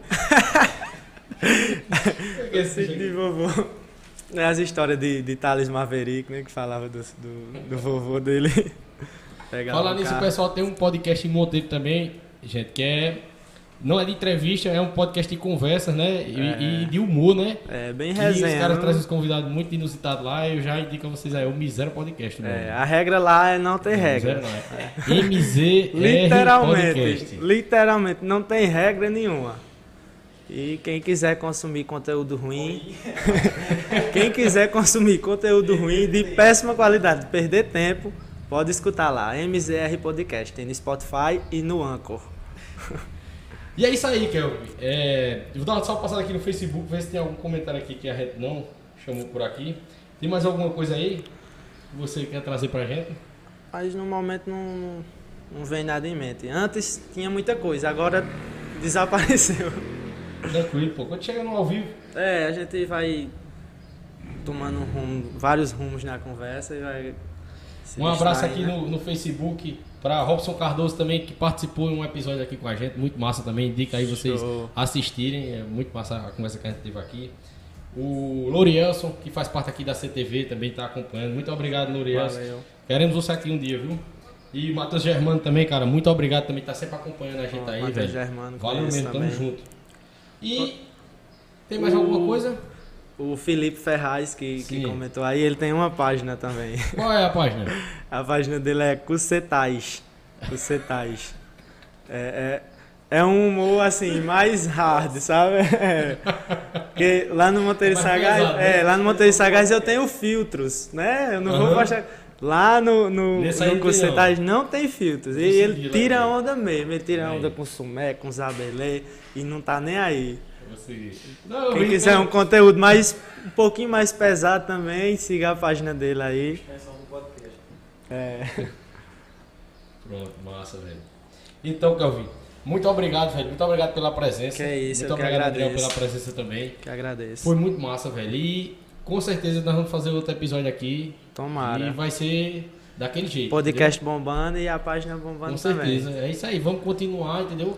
Esse de vovô. É as histórias de, de Thales Maverick, né? Que falava do, do, do vovô dele. Pegava Falar o nisso, o carro. pessoal tem um podcast em Monteiro também, gente, que é. Não é de entrevista, é um podcast de conversas, né? E, É. e de humor, né? É bem Que resenha. os caras não- trazem os convidados muito inusitados lá, eu já indico a vocês aí, o Miséria Podcast. É, né? a regra lá é não ter regra. Miséria não, é. M Z R Literalmente, Podcast. literalmente, não tem regra nenhuma. E quem quiser consumir conteúdo ruim, quem quiser consumir conteúdo ruim de péssima qualidade, perder tempo, pode escutar lá, M Z R Podcast, tem no Spotify e no Anchor. E é isso aí, Kelvin. É, eu vou dar uma só passada aqui no Facebook, ver se tem algum comentário aqui que a gente não chamou por aqui. Tem mais alguma coisa aí que você quer trazer pra gente? Mas no momento não, não vem nada em mente. Antes tinha muita coisa, agora desapareceu. Tranquilo, pô. Quando chega no ao vivo, É, a gente vai tomando um rumo, vários rumos na conversa e vai... se um abraço distrair, aqui né? no, no Facebook para Robson Cardoso também, que participou em um episódio aqui com a gente. Muito massa também. Indica aí vocês Show. assistirem. É muito massa a conversa que a gente teve aqui. O Lorielson, que faz parte aqui da C T V, também está acompanhando. Muito obrigado, Lorielson. Valeu. Queremos você aqui um dia, viu? E o Matheus Germano também, cara. Muito obrigado também. Tá sempre acompanhando a gente Ó, aí, Matheus velho. Germano, Valeu conheço mesmo, tamo também. junto. E tem mais alguma coisa? O Felipe Ferraz, que, que Sim. comentou aí, ele tem uma página também. Qual é a página? A página dele é Cucetais. Cucetais. É, é, é um humor assim, mais hard, sabe? É. Porque lá no Monteiro É mais Sagaz, pesado, né? é, lá no Monteiro Sagaz eu tenho filtros, né? Eu não Aham. vou postar. Lá no, no, Nesse aí no não tem, Cucetais não tem filtros. E Consegui ele lá tira ver. onda mesmo. Ele tira Aí. onda com sumé, com zabelê e não tá nem aí. Você... Não, eu Quem vi quiser pelo- um conteúdo mais, um pouquinho mais pesado também, siga a página dele aí. É. Pronto, massa, velho. Então, Kelvin, muito obrigado, velho. Muito obrigado pela presença. Que é isso, muito eu que obrigado, Adriel, agradeço. pela presença também. Que agradeço. Foi muito massa, velho. E com certeza nós vamos fazer outro episódio aqui. Tomara. E vai ser daquele jeito. Podcast bombando e a página entendeu? bombando Com também. certeza. É isso aí, vamos continuar, entendeu?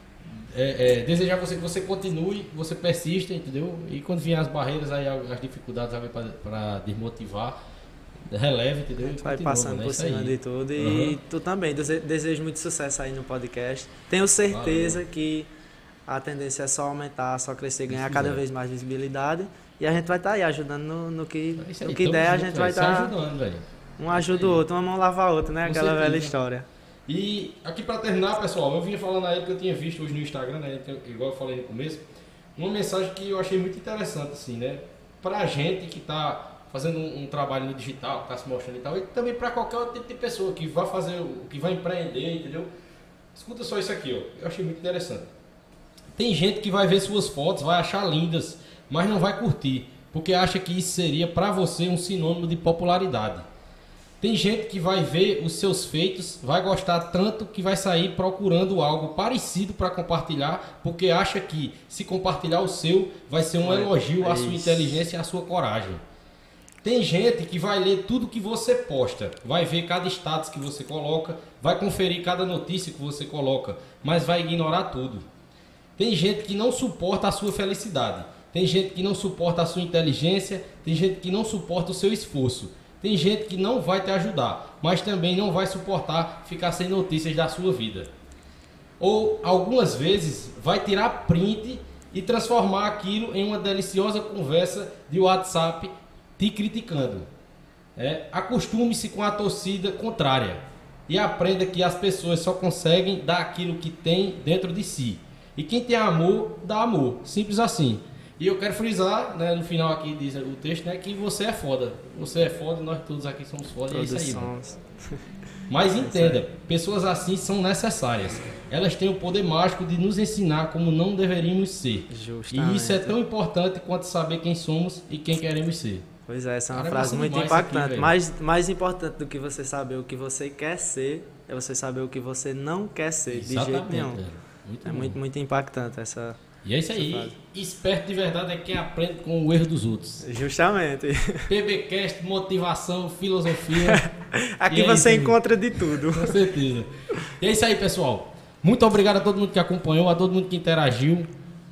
É, é, desejar você que você continue, você persista, entendeu? E quando vier as barreiras, aí, as dificuldades para desmotivar, releve, entendeu? A E gente vai continua, passando né? por Isso cima aí. de tudo. E Uhum. tu também. Dese- Desejo muito sucesso aí no podcast. Tenho certeza que a tendência é só aumentar, só crescer, ganhar Isso cada é. vez mais visibilidade. E a gente vai estar aí ajudando no, no que, É isso no aí, que tamo der, a junto, gente vai velho, se estar. ajudando, velho. Um ajuda o outro, uma mão lava a outra, né? Com Aquela certeza. velha história. E aqui pra terminar, pessoal, eu vinha falando aí que eu tinha visto hoje no Instagram, né, que eu- igual eu falei no começo, uma mensagem que eu achei muito interessante, assim, né? Pra gente que tá fazendo um, um trabalho no digital, que tá se mostrando e tal, e também pra qualquer outro tipo de pessoa que vai fazer, o que vai empreender, entendeu? Escuta só isso aqui, ó. Eu achei muito interessante. Tem gente que vai ver suas fotos, vai achar lindas, mas não vai curtir, porque acha que isso seria pra você um sinônimo de popularidade. Tem gente que vai ver os seus feitos, vai gostar tanto que vai sair procurando algo parecido para compartilhar, porque acha que se compartilhar o seu vai ser um É, elogio à é sua isso. inteligência e à sua coragem. Tem gente que vai ler tudo que você posta, vai ver cada status que você coloca, vai conferir cada notícia que você coloca, mas vai ignorar tudo. Tem gente que não suporta a sua felicidade, tem gente que não suporta a sua inteligência, tem gente que não suporta o seu esforço. Tem gente que não vai te ajudar, mas também não vai suportar ficar sem notícias da sua vida. Ou, algumas vezes, vai tirar print e transformar aquilo em uma deliciosa conversa de WhatsApp te criticando. É, acostume-se com a torcida contrária e aprenda que as pessoas só conseguem dar aquilo que tem dentro de si. E quem tem amor, dá amor. Simples assim. E eu quero frisar, né, no final aqui diz o texto, né, que você é foda. Você é foda, nós todos aqui somos foda, e é isso aí, mano. Produções. Mas entenda, pessoas assim são necessárias. Elas têm o poder mágico de nos ensinar como não deveríamos ser. Justamente. E isso é tão importante quanto saber quem somos e quem queremos ser. Pois é, essa é uma Cara, frase massa muito demais isso aqui, impactante. velho. mais, mais importante do que você saber o que você quer ser, é você saber o que você não quer ser, de jeito nenhum. velho. Muito É bom. muito, muito impactante essa. E é isso essa aí. frase. Esperto de verdade é quem aprende com o erro dos outros. Justamente. PBcast, motivação, filosofia. Aqui E é você isso aí. encontra de tudo. Com certeza. E é isso aí, pessoal. Muito obrigado a todo mundo que acompanhou, a todo mundo que interagiu.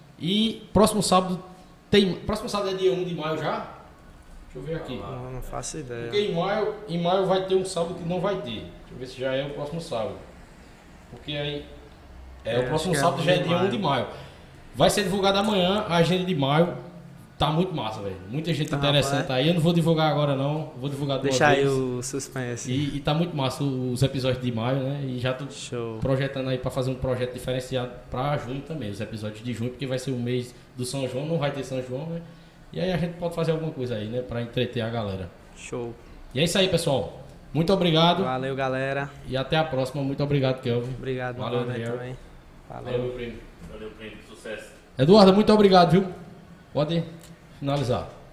E próximo sábado tem. Próximo sábado é dia um de maio já? Deixa eu ver aqui. Não, não faço ideia. Porque em maio, em maio vai ter um sábado que não vai ter. Deixa eu ver se já é o próximo sábado. Porque aí. É, É, o próximo acho que é sábado um já é de dia um maio. de maio. Vai ser divulgado amanhã a agenda de maio. Tá muito massa, velho. Muita gente Tá, interessante rapaz. aí. Eu não vou divulgar agora, não. Vou divulgar duas Deixa aí vezes. o suspense. E, e tá muito massa os episódios de maio, né? E já tô Show. projetando aí pra fazer um projeto diferenciado pra junho também, os episódios de junho, porque vai ser o mês do São João, não vai ter São João, né? E aí a gente pode fazer alguma coisa aí, né? Pra entreter a galera. Show. E é isso aí, pessoal. Muito obrigado Valeu, galera. e até a próxima. Muito obrigado, Kelvin. Obrigado Valeu, novamente Daniel. também. Valeu. Valeu, meu primo. Valeu, primo. Sucesso. Eduardo, muito obrigado, viu? Pode finalizar.